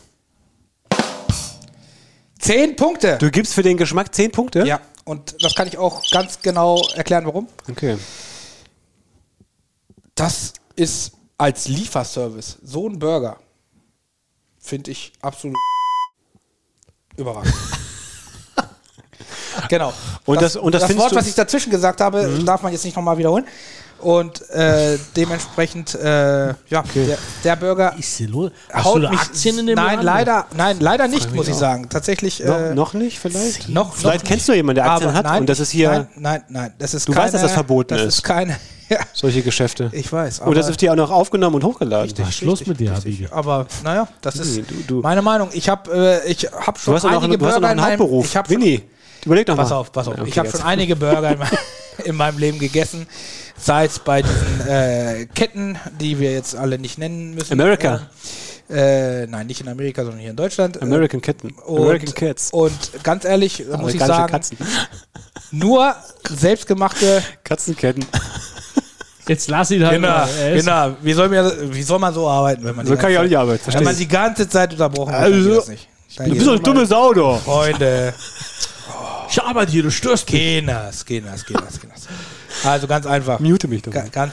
Zehn Punkte! Du gibst für den Geschmack zehn Punkte? Ja, und das kann ich auch ganz genau erklären, warum. Okay. Das ist als Lieferservice so ein Burger, finde ich absolut überragend. Genau. Und das- und das findest Wort, du- was ich dazwischen gesagt habe, darf man jetzt nicht nochmal wiederholen. Und äh, dementsprechend, äh, ja, der, der Burger Ist sie los? Hast haut du da mich. Aktien in dem Nein, Laden? leider, nein, leider nicht, mich muss ich auch. sagen. Tatsächlich. No, Äh, noch nicht vielleicht? noch, Vielleicht noch kennst du jemanden, der Aktien aber hat nein, und das ist hier Nein, nein, nein. Das ist Du keine, weißt, dass das verboten das ist. ist keine. Ja, solche Geschäfte. ich weiß. Und das ist dir auch noch aufgenommen und hochgeladen. Richtig. Schluss mit dir, richtig. Habibi. Aber naja, das ist Nee, du- du- meine Meinung. Ich habe äh, ich hab schon Du hast ja noch, einige einen- du hast ja noch Burger einen in meinem Hauptberuf. ich hab schon, Winnie, überleg doch mal. Pass auf, pass auf. Ja, okay, ich habe jetzt. schon einige Burger in, mein, in meinem Leben gegessen. Sei es bei diesen äh, Ketten, die wir jetzt alle nicht nennen müssen. America. Äh, äh, nein, nicht in Amerika, sondern hier in Deutschland. American Ketten. Und, American Cats. Und ganz ehrlich, muss ich Amerikanische sagen, Katzen. nur selbstgemachte. Katzenketten. Jetzt lass ihn halt Genau, mal. Er ist- genau. Wie soll, mir, wie soll man so arbeiten, wenn man So die kann ich auch ganze nicht arbeiten, Wenn verstehe man ich. die ganze Zeit unterbrochen wird, Also, dann geht das nicht. Dann Du geht bist doch das ein dummes Sau, doch. Freunde. Ich arbeite hier, du störst mich. Kenas, Kenas, Kenas, Kenas. Also ganz einfach. Mute mich doch. Ga- Ganz,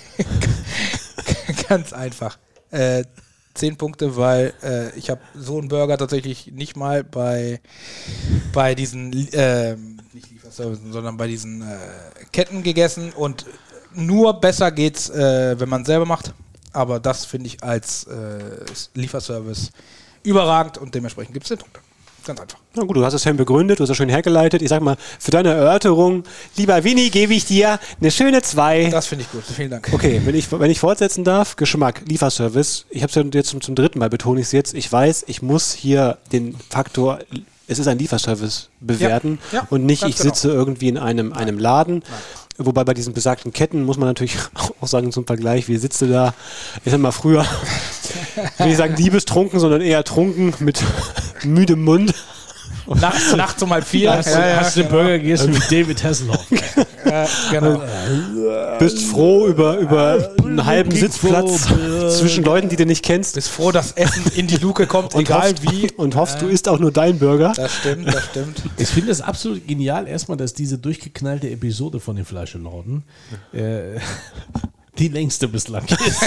ganz einfach. Äh, zehn Punkte, weil äh, ich habe so einen Burger tatsächlich nicht mal bei, bei diesen, äh, nicht Lieferservicen, sondern bei diesen äh, Ketten gegessen und nur besser geht's, äh, wenn man es selber macht. Aber das finde ich als äh, Lieferservice überragend und dementsprechend gibt es zehn Punkte. Ganz einfach. Na gut, du hast es schön begründet, du hast es schön hergeleitet. Ich sag mal, für deine Erörterung, lieber Winnie, gebe ich dir eine schöne zwei. Das finde ich gut. Vielen Dank. Okay, wenn ich, wenn ich fortsetzen darf, Geschmack, Lieferservice. Ich habe es ja jetzt zum, zum dritten Mal betone ich es jetzt. Ich weiß, ich muss hier den Faktor, es ist ein Lieferservice, bewerten Ja, ja, und nicht, ganz ich sitze irgendwie in einem, einem Laden. Wobei bei diesen besagten Ketten muss man natürlich auch sagen zum Vergleich, wie sitzt du da? Ich sag mal früher, ich will nicht sagen liebestrunken, sondern eher trunken mit müdem Mund. Nachts, nachts um halb vier. Hast, du- hast du den Burger gegessen mit David Hasselhoff? Ja, genau. Bist froh über, über einen halben Sitzplatz zwischen Leuten, die du nicht kennst. Bist froh, dass Essen in die Luke kommt, egal hoffst, wie. Und hoffst, du isst auch nur dein Burger. Das stimmt, das stimmt. Ich finde es absolut genial, erstmal, dass diese durchgeknallte Episode von den Fleischelauten äh, die längste bislang ist.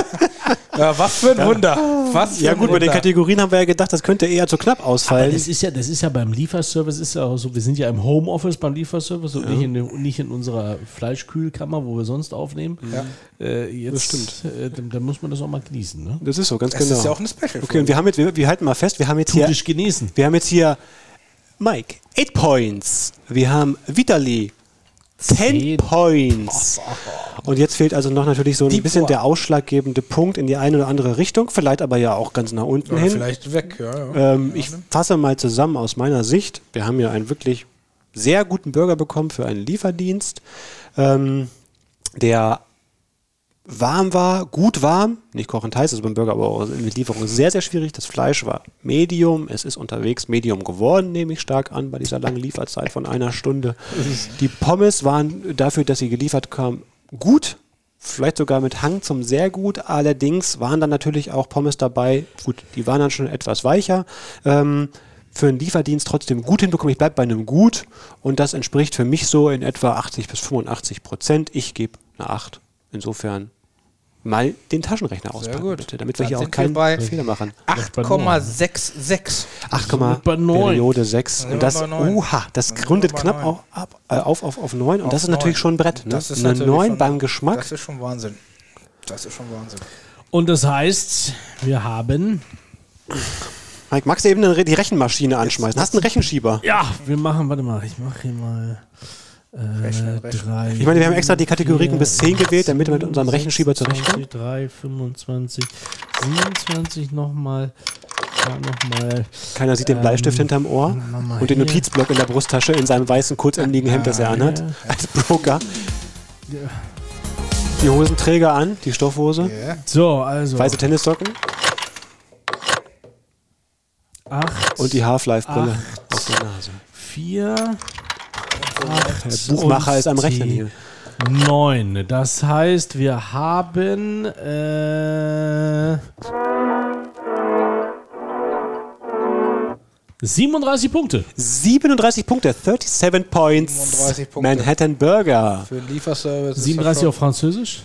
Ja, was für ein Wunder. Was für Ja ein gut, bei Wunder. den Kategorien haben wir ja gedacht, das könnte eher zu knapp Aber ausfallen. das ist ja, das ist ja beim Lieferservice ist ja auch so, wir sind ja im Homeoffice beim Lieferservice und nicht, in, nicht in unserer Fleischkühlkammer, wo wir sonst aufnehmen. Ja. Äh, jetzt, Das stimmt. Äh, dann, dann muss man das auch mal genießen. Ne? Das ist so, ganz Das genau. ist ja auch eine Special. Okay, und wir haben jetzt, wir, wir halten mal fest, wir haben jetzt Tu hier, dich genießen. wir haben jetzt hier Mike, eight points. Wir haben Vitali, ten Zehn. points. Und jetzt fehlt also noch natürlich so ein Die bisschen Poa. der ausschlaggebende Punkt in die eine oder andere Richtung, vielleicht aber ja auch ganz nach unten Oder hin. vielleicht weg, ja. ja. Ähm, ich fasse mal zusammen aus meiner Sicht. Wir haben ja einen wirklich sehr guten Burger bekommen für einen Lieferdienst, ähm, der warm war, gut warm, nicht kochend heiß, ist beim Burger aber auch in der Lieferung sehr, sehr schwierig. Das Fleisch war Medium, es ist unterwegs Medium geworden, nehme ich stark an, bei dieser langen Lieferzeit von einer Stunde. Die Pommes waren dafür, dass sie geliefert kamen, gut, vielleicht sogar mit Hang zum sehr gut, allerdings waren dann natürlich auch Pommes dabei, gut, die waren dann schon etwas weicher, ähm, für einen Lieferdienst trotzdem gut hinbekommen. Ich bleibe bei einem gut und das entspricht für mich so in etwa achtzig bis fünfundachtzig Prozent. Ich gebe eine acht. Insofern mal den Taschenrechner auspacken, gut. bitte, damit wir Dann hier auch sind wir keinen bei Fehler machen. acht Komma sechsundsiebzig. acht, bei neun. Periode sechs. Dann Und sind das, wir bei neun. oha, das Dann sind rundet wir bei knapp neun. auch ab, äh, auf, auf, auf neun. Und Auf das ist natürlich neun. schon ein Brett. Ne? Das ist Eine natürlich neun schon- beim Geschmack. Das ist schon Wahnsinn. Das ist schon Wahnsinn. Und das heißt, wir haben, Mike, magst du eben eine, die Rechenmaschine anschmeißen? Hast du einen Rechenschieber? ja, wir machen, warte mal, ich mache hier mal äh, Rechnen, rechnen. drei. Ich meine, wir haben extra die Kategorien vier, bis zehn gewählt, damit wir mit unserem Rechenschieber zurechtkommen. drei, fünfundzwanzig, siebenundzwanzig nochmal, nochmal. Keiner sieht den Ähm, Bleistift hinterm Ohr mach mal und den hier. Notizblock in der Brusttasche in seinem weißen, kurzärmeligen Hemd, das er anhat. ja. Als Broker. Die Hosenträger an, die Stoffhose. Ja. So, also Weiße Tennissocken acht, und die Half-Life-Brille auf der Nase. vier, Der Buchmacher ist am Rechnen hier. neun. Das heißt, wir haben äh, siebenunddreißig Punkte. siebenunddreißig Punkte, siebenunddreißig Points. siebenunddreißig Punkte. Manhattan Burger. Für einen Lieferservice. ist siebenunddreißig das auf Französisch.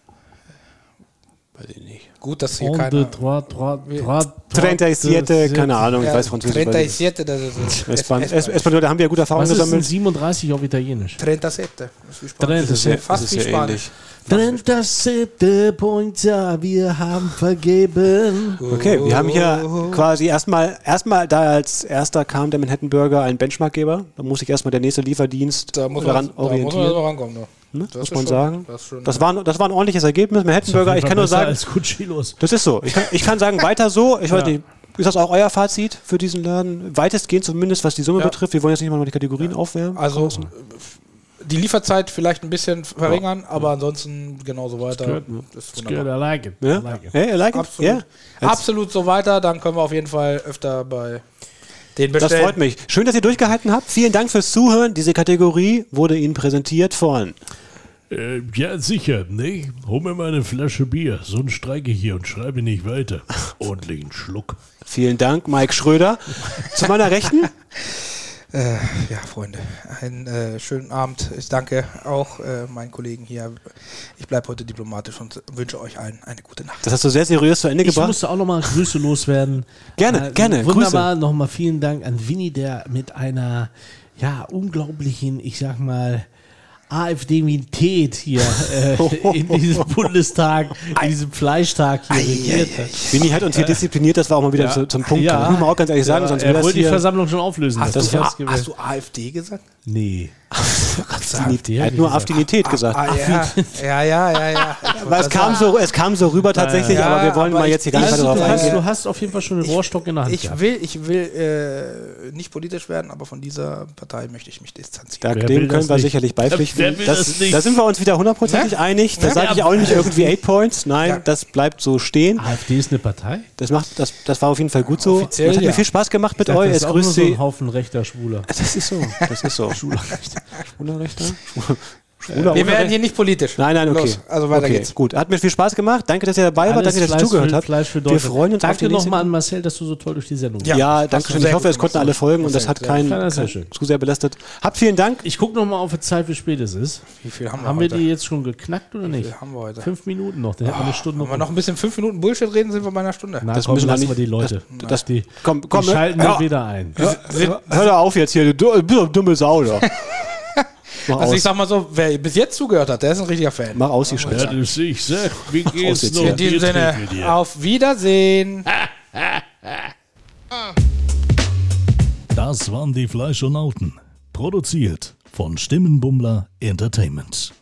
Weiß ich nicht. schon gut, dass hier Un, keiner... deux, trois, trois, trois, dreiunddreißig, keine Ahnung, ich Ja, weiß Französisch. weiß ich nicht. dreiunddreißig, das ist... Espan- Es- Espanol, da haben wir ja gute Erfahrungen Was ist denn gesammelt. siebenunddreißig auf Italienisch? dreiunddreißig. Das ist wie Spanisch. dreiunddreißig. Das ist Ja, fast das wie ist ja Spanisch. dreiunddreißig Punkte, wir haben vergeben. Okay, wir haben hier quasi erstmal, erstmal da als erster kam der Manhattan Burger ein Benchmarkgeber. Da muss sich erstmal der nächste Lieferdienst Da muss daran man, da muss man orientieren. so rankommen. Ne? Ne? Das Muss ist man schon- sagen. Das, ist schon, Das war, das war ein ordentliches Ergebnis. Manhattan Burger, ich kann nur sagen, Als Cuccilos. das ist so. Ich kann, ich kann sagen, weiter so. Ich weiß nicht, ist das auch euer Fazit für diesen Laden? Weitestgehend zumindest, was die Summe Ja. betrifft. Wir wollen jetzt nicht mal noch die Kategorien aufwärmen. also die Lieferzeit vielleicht ein bisschen verringern, aber ansonsten genauso weiter. Das ist It's good, I wunderbar. like it. Ja? I like it. Hey, I like it? Absolut. Ja? Als- Absolut so weiter, dann können wir auf jeden Fall öfter bei den Das bestellen. freut mich. Schön, dass ihr durchgehalten habt. Vielen Dank fürs Zuhören. Diese Kategorie wurde Ihnen präsentiert von Äh, ja, sicher, ne? Hol mir mal eine Flasche Bier, sonst streike ich hier und schreibe nicht weiter. Ordentlichen Schluck. Vielen Dank, Mike Schröder. Zu meiner Rechten Äh, ja, Freunde, einen äh, schönen Abend. Ich danke auch äh, meinen Kollegen hier. Ich bleibe heute diplomatisch und wünsche euch allen eine gute Nacht. Das hast du sehr seriös zu Ende Ich gebracht. musste auch nochmal Grüße loswerden. Gerne, Äh, gerne, Wunderbar, nochmal vielen Dank an Winnie, der mit einer, ja, unglaublichen, ich sag mal, AfD-Vität hier äh, in diesem Bundestag, in diesem Fleischtag hier regiert hat. Winnie hat uns hier diszipliniert, das war auch mal wieder Ja. zu, zum Punkt. Ja. Das muss man auch ganz ehrlich sagen. Ja, sonst er wäre das wollte die hier Versammlung schon auflösen. Hast, Das du, hat's A- gewählt. hast du AfD gesagt? Nee. Affinität. AfD Er hat nur Affinität gesagt. Ah, ja. ja, ja, ja, ja. Aber es kam, so, es kam so rüber tatsächlich, Ja, aber wir wollen aber mal ich- jetzt hier gar nicht ich- weiter Du drauf hast, eingehen. du hast auf jeden Fall schon den Rohrstock in der Hand Ich gehabt. will, ich will äh, nicht politisch werden, aber von dieser Partei möchte ich mich distanzieren. Da, Wer dem will können das wir nicht? sicherlich beipflichten. Wer will das, das nicht? Da sind wir uns wieder hundertprozentig Ne? einig. Da Ja, sage ich ja. auch nicht irgendwie Eight Points. Nein, Ja. das bleibt so stehen. AfD ist eine Partei? Das, macht, das, das war auf jeden Fall gut so. Offiziell, Das hat ja. mir viel Spaß gemacht mit Ich dachte, euch. das Es ist auch nur grüßt so Sie. ein Haufen rechter Schwuler. Das ist so. Das ist so. Schwuler Rechter. Schwuler Rechter? Schwuler Wir oder werden Recht? hier nicht politisch. Nein, nein, okay. Los, also weiter okay, geht's. Gut, hat mir viel Spaß gemacht. Danke, dass ihr dabei wart. Alles Danke, dass ihr Fleisch zugehört für, habt. Fleisch für Wir Deutschland. freuen uns auf Danke die nächste. nochmal an Marcel, dass du so toll durch die Sendung Ja. gehst. Ja, hast danke du schön. sehr Ich hoffe, gut es konnten gemacht. alle folgen und das hat Ja, keinen das ist sehr kein, schön. zu sehr belastet. Habt vielen Dank. Ich gucke nochmal auf die Zeit, wie spät es ist. Wie viel haben wir Haben wir heute? die jetzt schon geknackt oder nicht? viel haben wir heute? Fünf Minuten noch, dann hätten wir eine Stunde Wenn wir noch ein bisschen fünf Minuten Bullshit reden, sind wir bei einer Stunde. Na, Das komm, müssen wir lassen nicht- wir die Leute. das- das- die, Komm, die komm, schalten hör- wir wieder ein. Hör, hör doch auf jetzt hier, du, du bist eine dumme Sau da. Mach Also aus. ich sag mal so, wer bis jetzt zugehört hat, der ist ein richtiger Fan. Mach aus die Scheiße. Ja, das ich sag, wie geht's jetzt noch? hier. In diesem Wir Sinne, trinken dir. auf Wiedersehen. Das waren die Fleischonauten. Produziert von Stimmenbummler Entertainment.